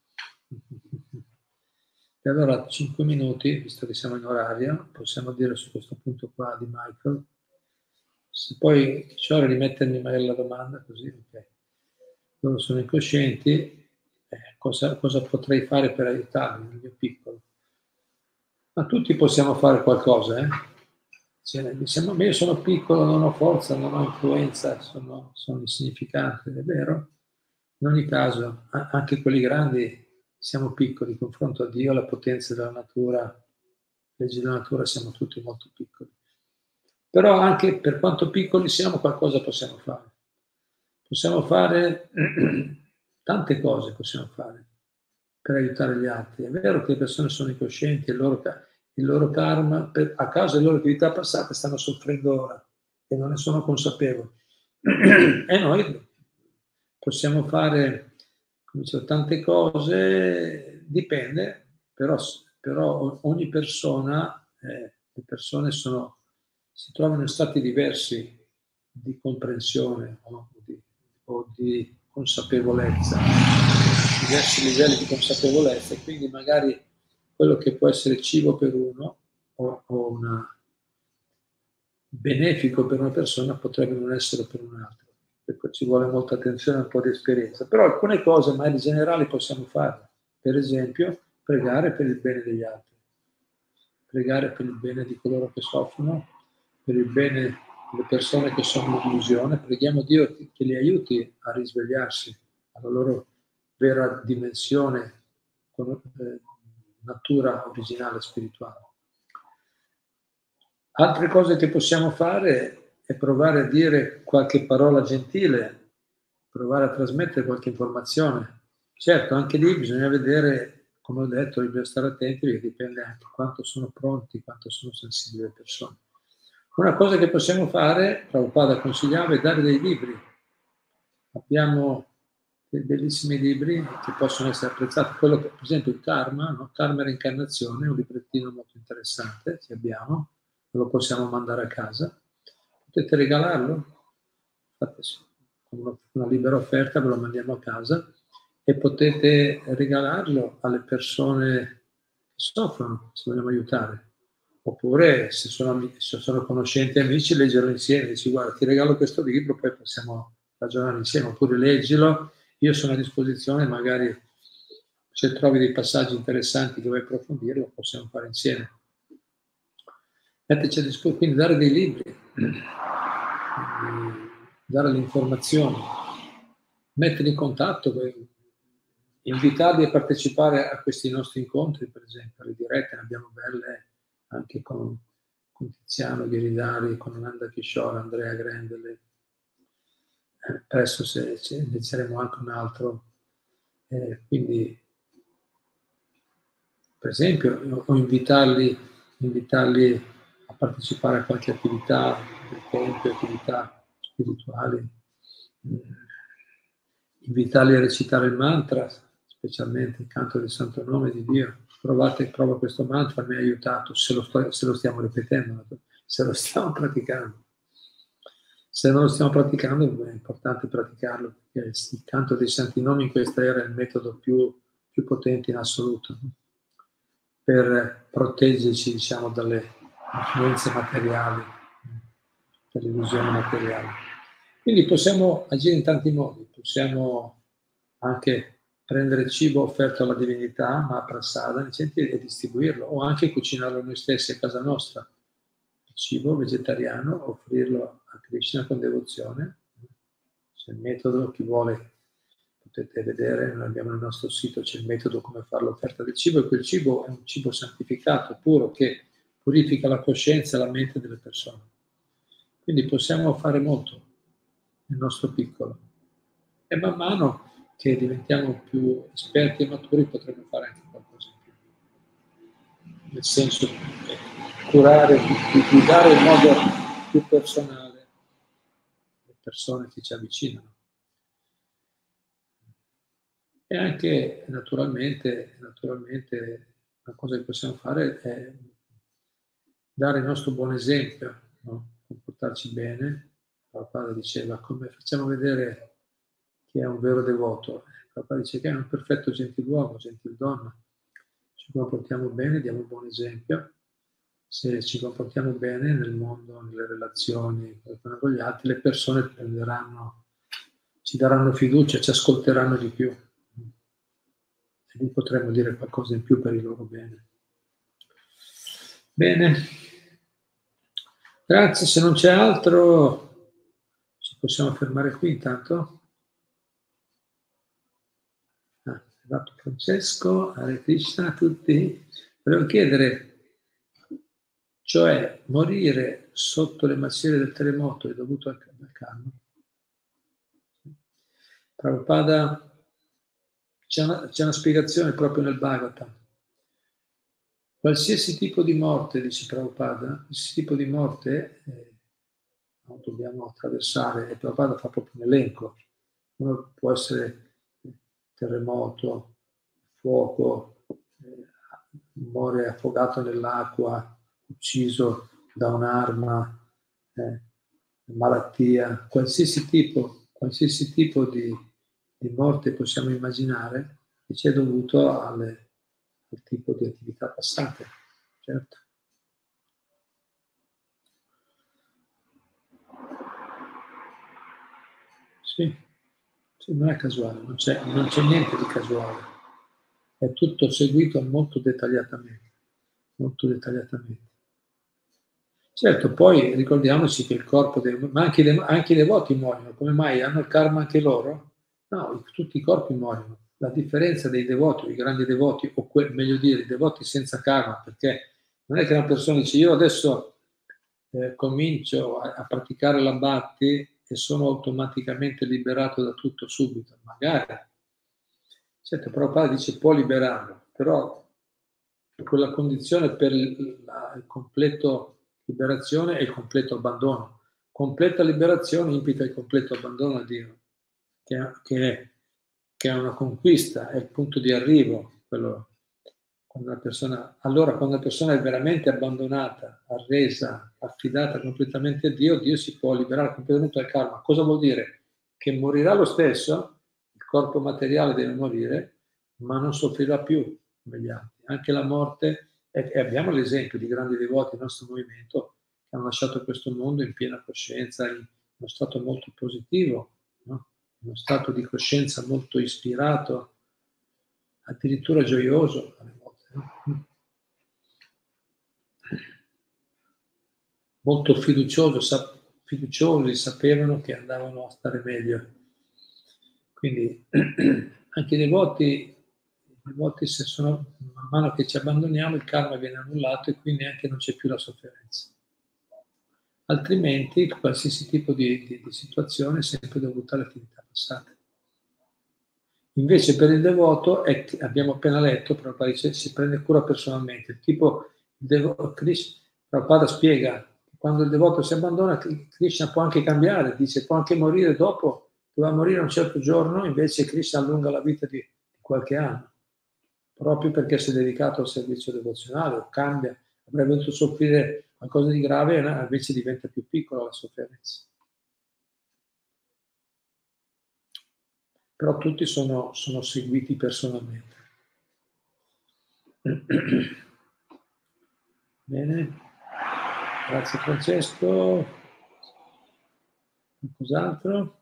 E allora cinque minuti, visto che siamo in orario, possiamo dire su questo punto qua di Michael. Se poi c'ho rimettermi magari la domanda, così, ok. Loro sono incoscienti, eh, cosa, cosa potrei fare per aiutarli nel mio piccolo? Ma tutti possiamo fare qualcosa, eh? Cioè, diciamo, io sono piccolo, non ho forza, non ho influenza, sono, sono insignificante, è vero? In ogni caso, anche quelli grandi siamo piccoli, in confronto a Dio, la potenza della natura, leggi della natura, siamo tutti molto piccoli. Però anche per quanto piccoli siamo, qualcosa possiamo fare. Possiamo fare tante cose, possiamo fare per aiutare gli altri. È vero che le persone sono incoscienti, il loro, il loro karma, per, a causa delle loro attività passate, stanno soffrendo ora e non ne sono consapevoli. E noi possiamo fare, come dicevo, tante cose, dipende, però, però ogni persona, eh, le persone sono, si trovano in stati diversi di comprensione o di, o di consapevolezza, diversi livelli di consapevolezza, e quindi magari quello che può essere cibo per uno o, o una, benefico per una persona potrebbe non essere per un altro. Perché ci vuole molta attenzione e un po' di esperienza. Però alcune cose, magari generali, possiamo farle. Per esempio, pregare per il bene degli altri, pregare per il bene di coloro che soffrono, per il bene delle persone che sono in illusione. Preghiamo Dio che li aiuti a risvegliarsi alla loro vera dimensione, con, eh, natura originale spirituale. Altre cose che possiamo fare è provare a dire qualche parola gentile, provare a trasmettere qualche informazione. Certo, anche lì bisogna vedere, come ho detto, bisogna stare attenti, perché dipende anche quanto sono pronti, quanto sono sensibili le persone. Una cosa che possiamo fare, Prabhupada consigliava, è dare dei libri. Abbiamo dei bellissimi libri che possono essere apprezzati. Quello che, per esempio, il Karma, no? Karma e Reincarnazione, è un librettino molto interessante che abbiamo, lo possiamo mandare a casa. Potete regalarlo, fate con una libera offerta, ve lo mandiamo a casa, e potete regalarlo alle persone che soffrono, se vogliamo aiutare. Oppure, se sono, se sono conoscenti e amici, leggerlo insieme. Dici, guarda, ti regalo questo libro, poi possiamo ragionare insieme. Oppure leggilo, io sono a disposizione, magari se trovi dei passaggi interessanti che vuoi approfondire, lo possiamo fare insieme. Metterci a disposizione, quindi dare dei libri, dare le informazioni, mettere in contatto, invitarli a partecipare a questi nostri incontri, per esempio, alle dirette, ne abbiamo belle anche con, con Tiziano Ghiridari, con Nanda Kishore, Andrea Grendele. Eh, presto se, se inizieremo anche un altro. Eh, quindi, per esempio, o invitarli, invitarli a partecipare a qualche attività del tempio, attività spirituali, invitarli a recitare il mantra, specialmente il canto del Santo Nome di Dio. Provate, prova questo mantra, mi ha aiutato, se lo, sto, se lo stiamo ripetendo, se lo stiamo praticando. Se non lo stiamo praticando è importante praticarlo, perché il canto dei Santi Nomi in questa era il metodo più, più potente in assoluto, no? Per proteggerci, diciamo, dalle influenze materiali, dalle illusioni materiali. Quindi possiamo agire in tanti modi, possiamo anche prendere cibo offerto alla divinità, ma prasada, e distribuirlo, o anche cucinarlo noi stessi a casa nostra, il cibo vegetariano, offrirlo a Krishna con devozione. C'è il metodo, chi vuole potete vedere, noi abbiamo nel nostro sito, c'è il metodo come fare l'offerta del cibo, e quel cibo è un cibo santificato, puro, che purifica la coscienza e la mente delle persone. Quindi possiamo fare molto nel nostro piccolo. E man mano che diventiamo più esperti e maturi potremo fare anche qualcosa in più. Nel senso di curare, di guidare in modo più personale le persone che ci avvicinano. E anche naturalmente, naturalmente una cosa che possiamo fare è dare il nostro buon esempio, no? Comportarci bene. Prabhupada diceva, come facciamo vedere chi è un vero devoto? Prabhupada dice che è un perfetto gentiluomo, gentildonna. Ci comportiamo bene, diamo un buon esempio. Se ci comportiamo bene nel mondo, nelle relazioni con gli altri, le persone prenderanno, ci daranno fiducia, ci ascolteranno di più. E lì potremo dire qualcosa in più per il loro bene. Bene. Grazie, se non c'è altro ci possiamo fermare qui intanto. Ah, Esatto, Francesco, Hare Krishna a tutti. Volevo chiedere, cioè morire sotto le macerie del terremoto è dovuto al, al karma? Prabhupada, c'è una, c'è una spiegazione proprio nel Bhagavatam. Qualsiasi tipo di morte, dice Prabhupada, qualsiasi tipo di morte eh, no, dobbiamo attraversare, e Prabhupada fa proprio un elenco. Uno può essere terremoto, fuoco, eh, muore affogato nell'acqua, ucciso da un'arma, eh, malattia, qualsiasi tipo, qualsiasi tipo di, di morte possiamo immaginare che ci è dovuto alle, al tipo di attività passate, certo. Sì, sì, non è casuale, non c'è, non c'è niente di casuale. È tutto seguito molto dettagliatamente, molto dettagliatamente. Certo, poi ricordiamoci che il corpo, dei, ma anche, le, anche i devoti muoiono, come mai? Hanno il karma anche loro? No, tutti i corpi muoiono. La differenza dei devoti, i grandi devoti, o que, meglio dire, i devoti senza karma, perché non è che una persona dice io adesso eh, comincio a, a praticare la bhakti e sono automaticamente liberato da tutto subito, magari. Certo, Prabhupada dice può liberarlo, però quella condizione per il, la, il completo liberazione e il completo abbandono. Completa liberazione implica il completo abbandono a Dio, che, che, che è una conquista, è il punto di arrivo. Quello, quando una persona, allora, quando una persona è veramente abbandonata, arresa, affidata completamente a Dio, Dio si può liberare completamente dal karma. Cosa vuol dire? Che morirà lo stesso, il corpo materiale deve morire, ma non soffrirà più come gli altri. Anche la morte, e, e abbiamo l'esempio di grandi devoti del nostro movimento che hanno lasciato questo mondo in piena coscienza, in uno stato molto positivo, no? In uno stato di coscienza molto ispirato, addirittura gioioso alle volte. No? Molto fiducioso, sa, fiduciosi, sapevano che andavano a stare meglio. Quindi anche i devoti, i devoti se sono, man mano che ci abbandoniamo, il karma viene annullato e quindi anche non c'è più la sofferenza. Altrimenti qualsiasi tipo di, di, di situazione è sempre dovuta alle attività passate. Invece per il devoto, è, abbiamo appena letto, Prabhupada dice, si prende cura personalmente. Il tipo, il devoto, Krishna, Prabhupada spiega che quando il devoto si abbandona, Krishna può anche cambiare, dice, può anche morire dopo, doveva morire un certo giorno, invece Krishna allunga la vita di, di qualche anno, proprio perché si è dedicato al servizio devozionale, o cambia, avrebbe dovuto soffrire qualcosa di grave, no? Invece diventa più piccola la sofferenza. Però tutti sono, sono seguiti personalmente. Bene, grazie Francesco. Qualcos'altro?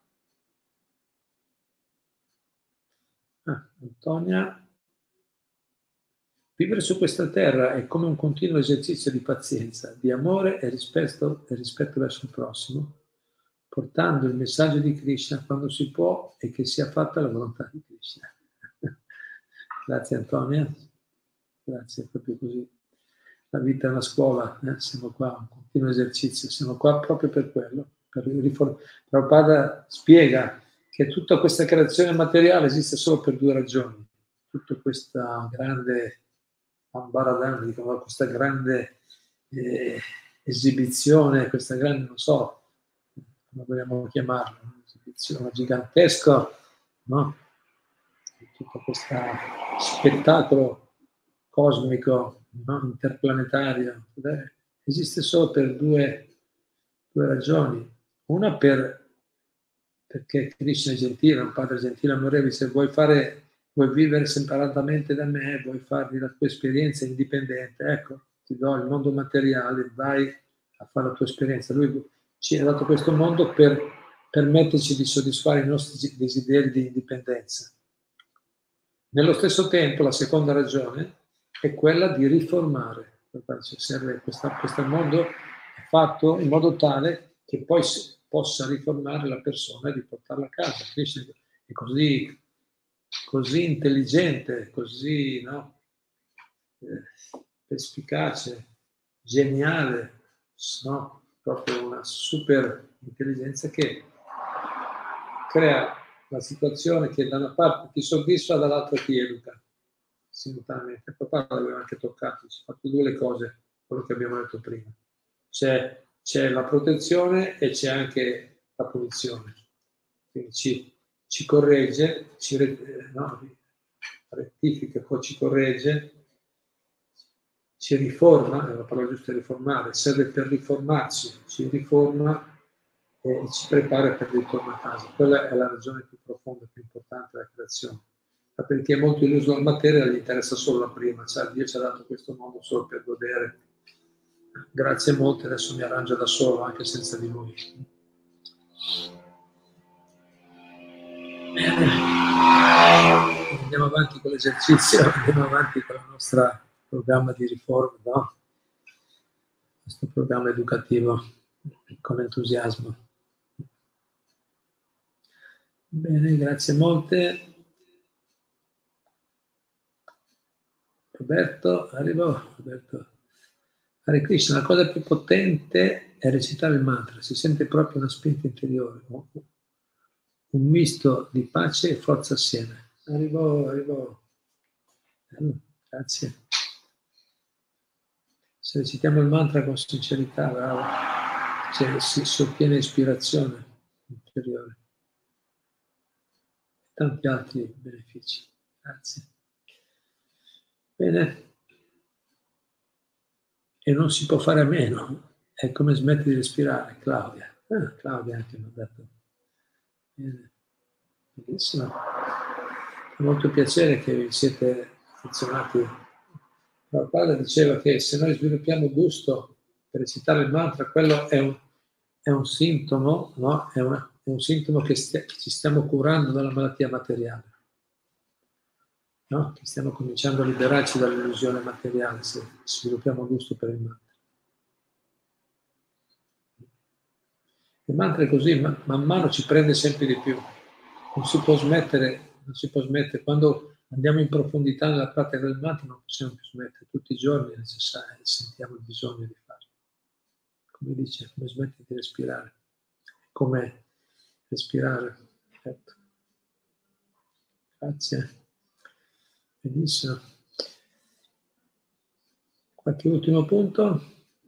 Ah, Antonia. Vivere su questa terra è come un continuo esercizio di pazienza, di amore e rispetto, e rispetto verso il prossimo, portando il messaggio di Krishna quando si può e che sia fatta la volontà di Krishna. Grazie Antonia, grazie, proprio così. La vita è una scuola, eh? Siamo qua, un continuo esercizio, siamo qua proprio per quello. Per riform- Prabhupada spiega che tutta questa creazione materiale esiste solo per due ragioni. Tutta questa grande ambaradana, dicono, questa grande eh, esibizione, questa grande, non so, come vogliamo chiamarla, un'esibizione gigantesca, no? Tutto questo spettacolo cosmico, no? Interplanetario, eh, esiste solo per due, due ragioni. Una per, perché Krishna è gentile, è un padre gentile, amorevole, se vuoi fare, vuoi vivere separatamente da me, vuoi farti la tua esperienza indipendente, ecco, ti do il mondo materiale, vai a fare la tua esperienza. Lui ci ha dato questo mondo per permetterci di soddisfare i nostri desideri di indipendenza. Nello stesso tempo, la seconda ragione è quella di riformare. Serve questa, questo mondo è fatto in modo tale che poi si possa riformare la persona e riportarla a casa. E così così intelligente, così, no? eh, perspicace, geniale, no? Proprio una super intelligenza che crea la situazione che da una parte ti soddisfa, dall'altra ti educa simultaneamente. Papà l'aveva anche toccato, si sono fatte due le cose, quello che abbiamo detto prima. C'è, c'è la protezione e c'è anche la punizione. Quindi ci, ci corregge, ci no, rettifica, poi ci corregge, ci riforma, è la parola giusta, riformare, serve per riformarci, ci riforma e ci prepara per il ritorno a casa. Quella è la ragione più profonda, più importante della creazione. Ma perché è molto illuso dalla materia, gli interessa solo la prima, cioè Dio ci ha dato questo mondo solo per godere. Grazie molte, adesso mi arrangio da solo, anche senza di lui. Bene. Andiamo avanti con l'esercizio, andiamo avanti con il nostro programma di riforma, no? Questo programma educativo con entusiasmo. Bene, grazie molte. Roberto, arrivo. Roberto. Hare Krishna, la cosa più potente è recitare il mantra, si sente proprio una spinta interiore, no? Un misto di pace e forza assieme. Arrivo, arrivo. Eh, grazie. Se recitiamo il mantra con sincerità, bravo, cioè, si, si ottiene ispirazione interiore e tanti altri benefici. Grazie. Bene. E non si può fare a meno. È come smettere di respirare, Claudia. Ah, Claudia anche mi ha dato. Bene. Benissimo. Fa molto piacere che vi siete affezionati. Prabhupada diceva che se noi sviluppiamo gusto per recitare il mantra, quello è un, è un sintomo, no? È, una, è un sintomo che, stia, che ci stiamo curando dalla malattia materiale. No? Che stiamo cominciando a liberarci dall'illusione materiale se sviluppiamo gusto per il mantra. Il mantra è così, man, man mano ci prende sempre di più. Non si può smettere, non si può smettere. Quando andiamo in profondità nella pratica del mantra non possiamo più smettere. Tutti i giorni è necessario, sentiamo il bisogno di farlo. Come dice, come smettere di respirare. Come respirare. Perfetto. Grazie. Benissimo. Qualche ultimo punto?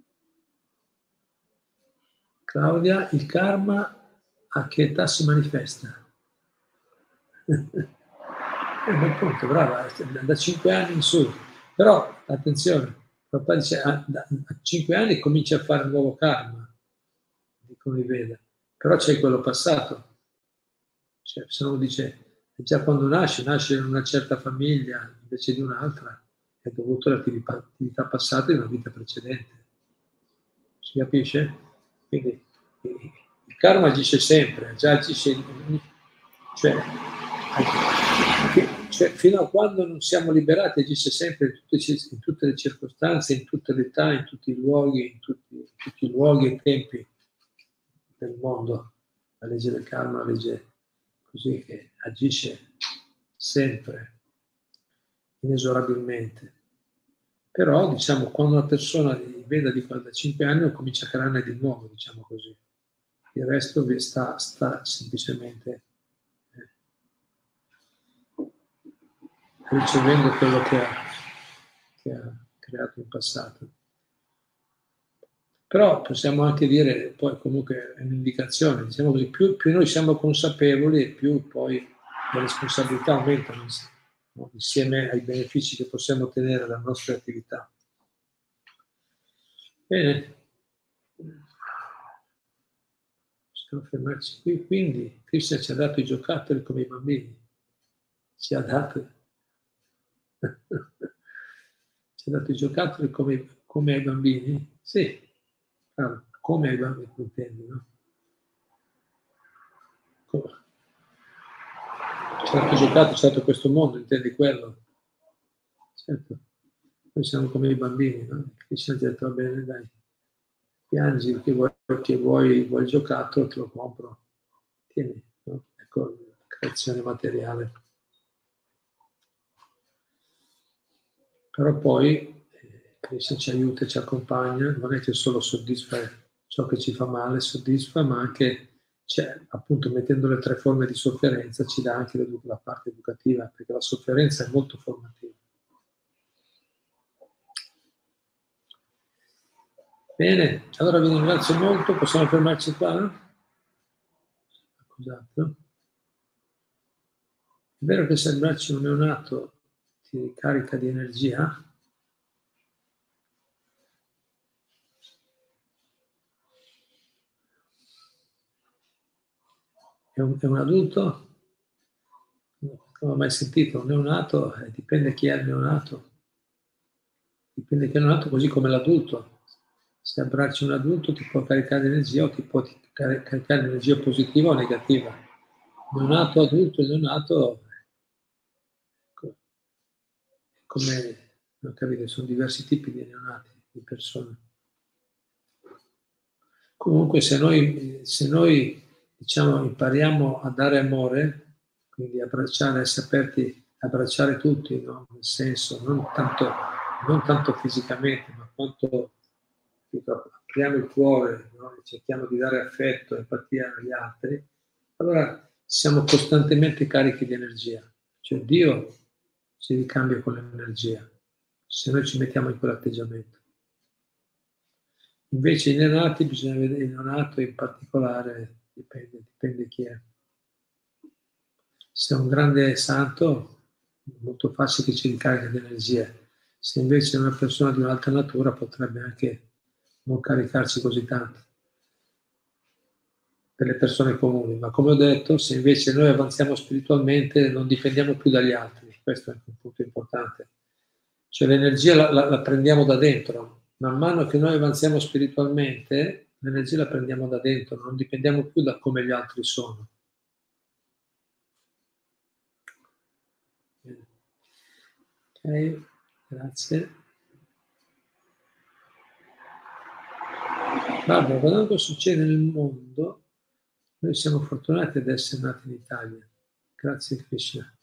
Claudia, il karma a che età si manifesta? È un bel punto, brava, da cinque anni in su. Però, attenzione, papà dice, a, a cinque anni comincia a fare un nuovo karma, come vede. Però c'è quello passato. Cioè, se uno dice, già quando nasce, nasce in una certa famiglia invece di un'altra, è dovuto all'attività passata di una vita precedente. Si capisce? Quindi il karma agisce sempre, già agisce, cioè, cioè fino a quando non siamo liberati agisce sempre in tutte, in tutte le circostanze, in tutte le età, in tutti i luoghi, in tutti, in tutti i luoghi e tempi del mondo. La legge del karma, la legge così che agisce sempre, inesorabilmente. Però, diciamo, quando una persona veda di da cinque anni comincia a crearne di nuovo, diciamo così. Il resto sta, sta semplicemente eh, ricevendo quello che ha, che ha creato in passato. Però possiamo anche dire, poi comunque è un'indicazione, diciamo così, più, più noi siamo consapevoli, più poi le responsabilità aumentano, no? Insieme ai benefici che possiamo ottenere dalla nostra attività. Bene. Possiamo fermarci qui. Quindi Krishna ci ha dato i giocattoli come i bambini. Ci ha dato, ci ha dato i giocattoli come, come ai bambini? Sì, claro, come ai bambini, intendi, no? Come? Ci ha dato i giocattoli, ci ha dato questo mondo, intendi quello? Certo, noi siamo come i bambini, no? Krishna ci ha detto, va bene, dai, piangi che vuoi, che vuoi, vuoi il giocattolo, te lo compro, tieni, no? Ecco, creazione materiale. Però poi eh, Krishna ci aiuta, ci accompagna, non è che solo soddisfa ciò che ci fa male, soddisfa, ma anche, cioè, appunto, mettendo le tre forme di sofferenza, ci dà anche la parte educativa, perché la sofferenza è molto formativa. Bene, allora vi ringrazio molto, possiamo fermarci qua? Scusate. È vero che se abbracci un neonato ti ricarica di energia? È un, è un adulto? Non ho mai sentito, un neonato, eh, dipende chi è il neonato. Dipende chi è il neonato, così come l'adulto. Se abbracci un adulto ti può caricare energia o ti può caricare energia positiva o negativa. Neonato, adulto, il neonato, come, non capite, sono diversi tipi di neonati, di persone. Comunque se noi, se noi diciamo, impariamo a dare amore, quindi abbracciare, essere aperti, abbracciare tutti, no? Nel senso, non tanto, non tanto fisicamente, ma quanto dico, apriamo il cuore, no? Cerchiamo di dare affetto, empatia agli altri, allora siamo costantemente carichi di energia. Cioè Dio si ricambia con l'energia, se noi ci mettiamo in quell'atteggiamento. Invece i neonati, bisogna vedere il neonato in particolare, dipende, dipende chi è. Se è un grande santo, è molto facile che ci ricarica di energia. Se invece è una persona di un'altra natura, potrebbe anche non caricarci così tanto. Per le persone comuni. Ma come ho detto, se invece noi avanziamo spiritualmente, non dipendiamo più dagli altri. Questo è anche un punto importante. Cioè l'energia la, la, la prendiamo da dentro. Man mano che noi avanziamo spiritualmente, l'energia la prendiamo da dentro, non dipendiamo più da come gli altri sono. Ok, grazie. Barbara, guardando cosa succede nel mondo, noi siamo fortunati ad essere nati in Italia. Grazie Krishna.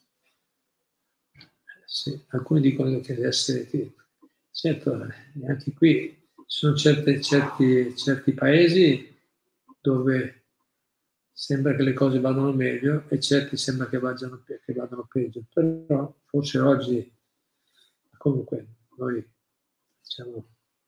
Sì, alcuni dicono che deve essere qui. Certo, anche qui ci sono certi, certi, certi paesi dove sembra che le cose vadano meglio e certi sembra che vadano, che vadano peggio. Però forse oggi, comunque, noi diciamo,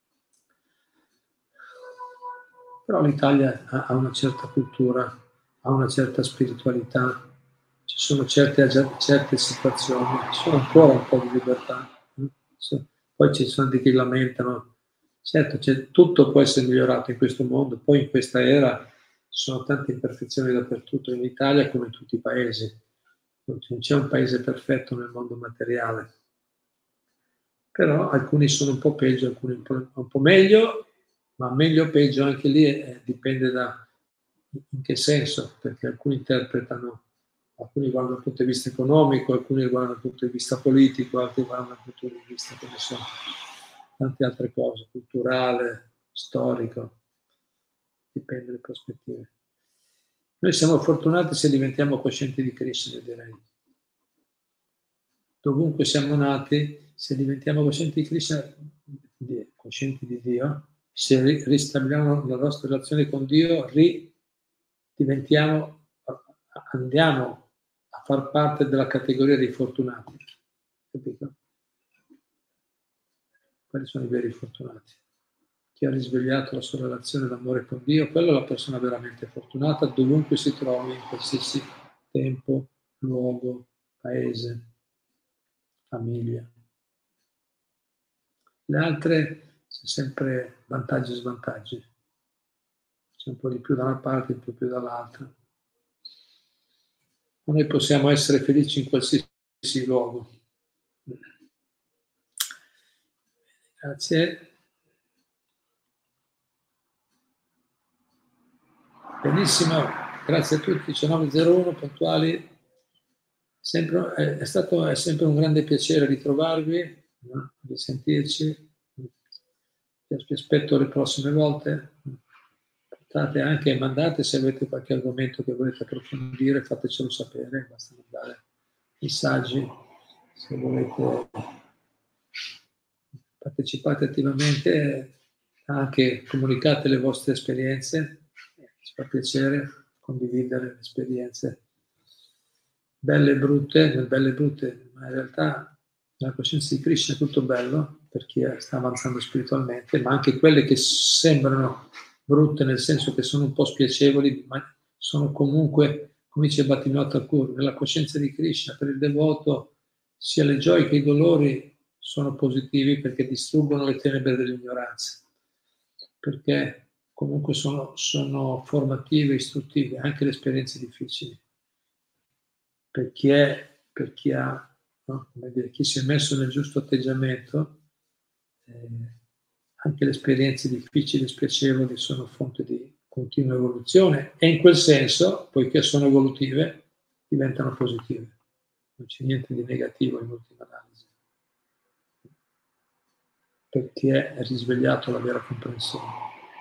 però l'Italia ha, ha una certa cultura, ha una certa spiritualità, ci sono certe, certe situazioni, ci sono ancora un po' di libertà. Poi ci sono di chi lamentano. Certo, tutto può essere migliorato in questo mondo, poi in questa era ci sono tante imperfezioni dappertutto, in Italia come in tutti i paesi. Non c'è un paese perfetto nel mondo materiale. Però alcuni sono un po' peggio, alcuni un po', un po' meglio, ma meglio o peggio anche lì eh, dipende da in che senso, perché alcuni interpretano, alcuni guardano dal punto di vista economico, alcuni guardano dal punto di vista politico, altri guardano dal punto di vista, come so, tante altre cose, culturale, storico, dipende dalle prospettive. Noi siamo fortunati se diventiamo coscienti di Krishna, direi. Dovunque siamo nati, se diventiamo coscienti di Krishna, coscienti di Dio, se ristabiliamo la nostra relazione con Dio, diventiamo, andiamo a far parte della categoria dei fortunati. Capito? Quali sono i veri fortunati? Chi ha risvegliato la sua relazione d'amore con Dio, quella è la persona veramente fortunata, dovunque si trovi, in qualsiasi tempo, luogo, paese, famiglia. Le altre c'è sempre vantaggi e svantaggi. C'è un po' di più da una parte, un po' più dall'altra. Ma noi possiamo essere felici in qualsiasi luogo. Grazie. Benissimo, grazie a tutti, diciannove e zero uno, puntuali. Sempre, è, è stato è sempre un grande piacere ritrovarvi, no? Di sentirci. Vi aspetto le prossime volte. Portate anche, mandate se avete qualche argomento che volete approfondire, fatecelo sapere, basta mandare messaggi se volete partecipate attivamente, anche comunicate le vostre esperienze, ci fa piacere condividere le esperienze belle e brutte, belle e brutte, ma in realtà nella coscienza di Krishna è tutto bello per chi sta avanzando spiritualmente, ma anche quelle che sembrano brutte nel senso che sono un po' spiacevoli, ma sono comunque, come dice Bhattivinoda Thakur, nella coscienza di Krishna, per il devoto, sia le gioie che i dolori sono positivi perché distruggono le tenebre dell'ignoranza, perché comunque sono, sono formative, istruttive, anche le esperienze difficili. Per chi, è, per chi ha, no? Come dire, chi si è messo nel giusto atteggiamento, eh, anche le esperienze difficili e spiacevoli sono fonte di continua evoluzione e in quel senso, poiché sono evolutive, diventano positive. Non c'è niente di negativo in ultima analisi. Per chi è risvegliato alla vera comprensione.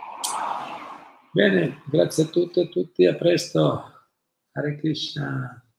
Bene, grazie a tutte e a tutti, a presto. Hare Krishna.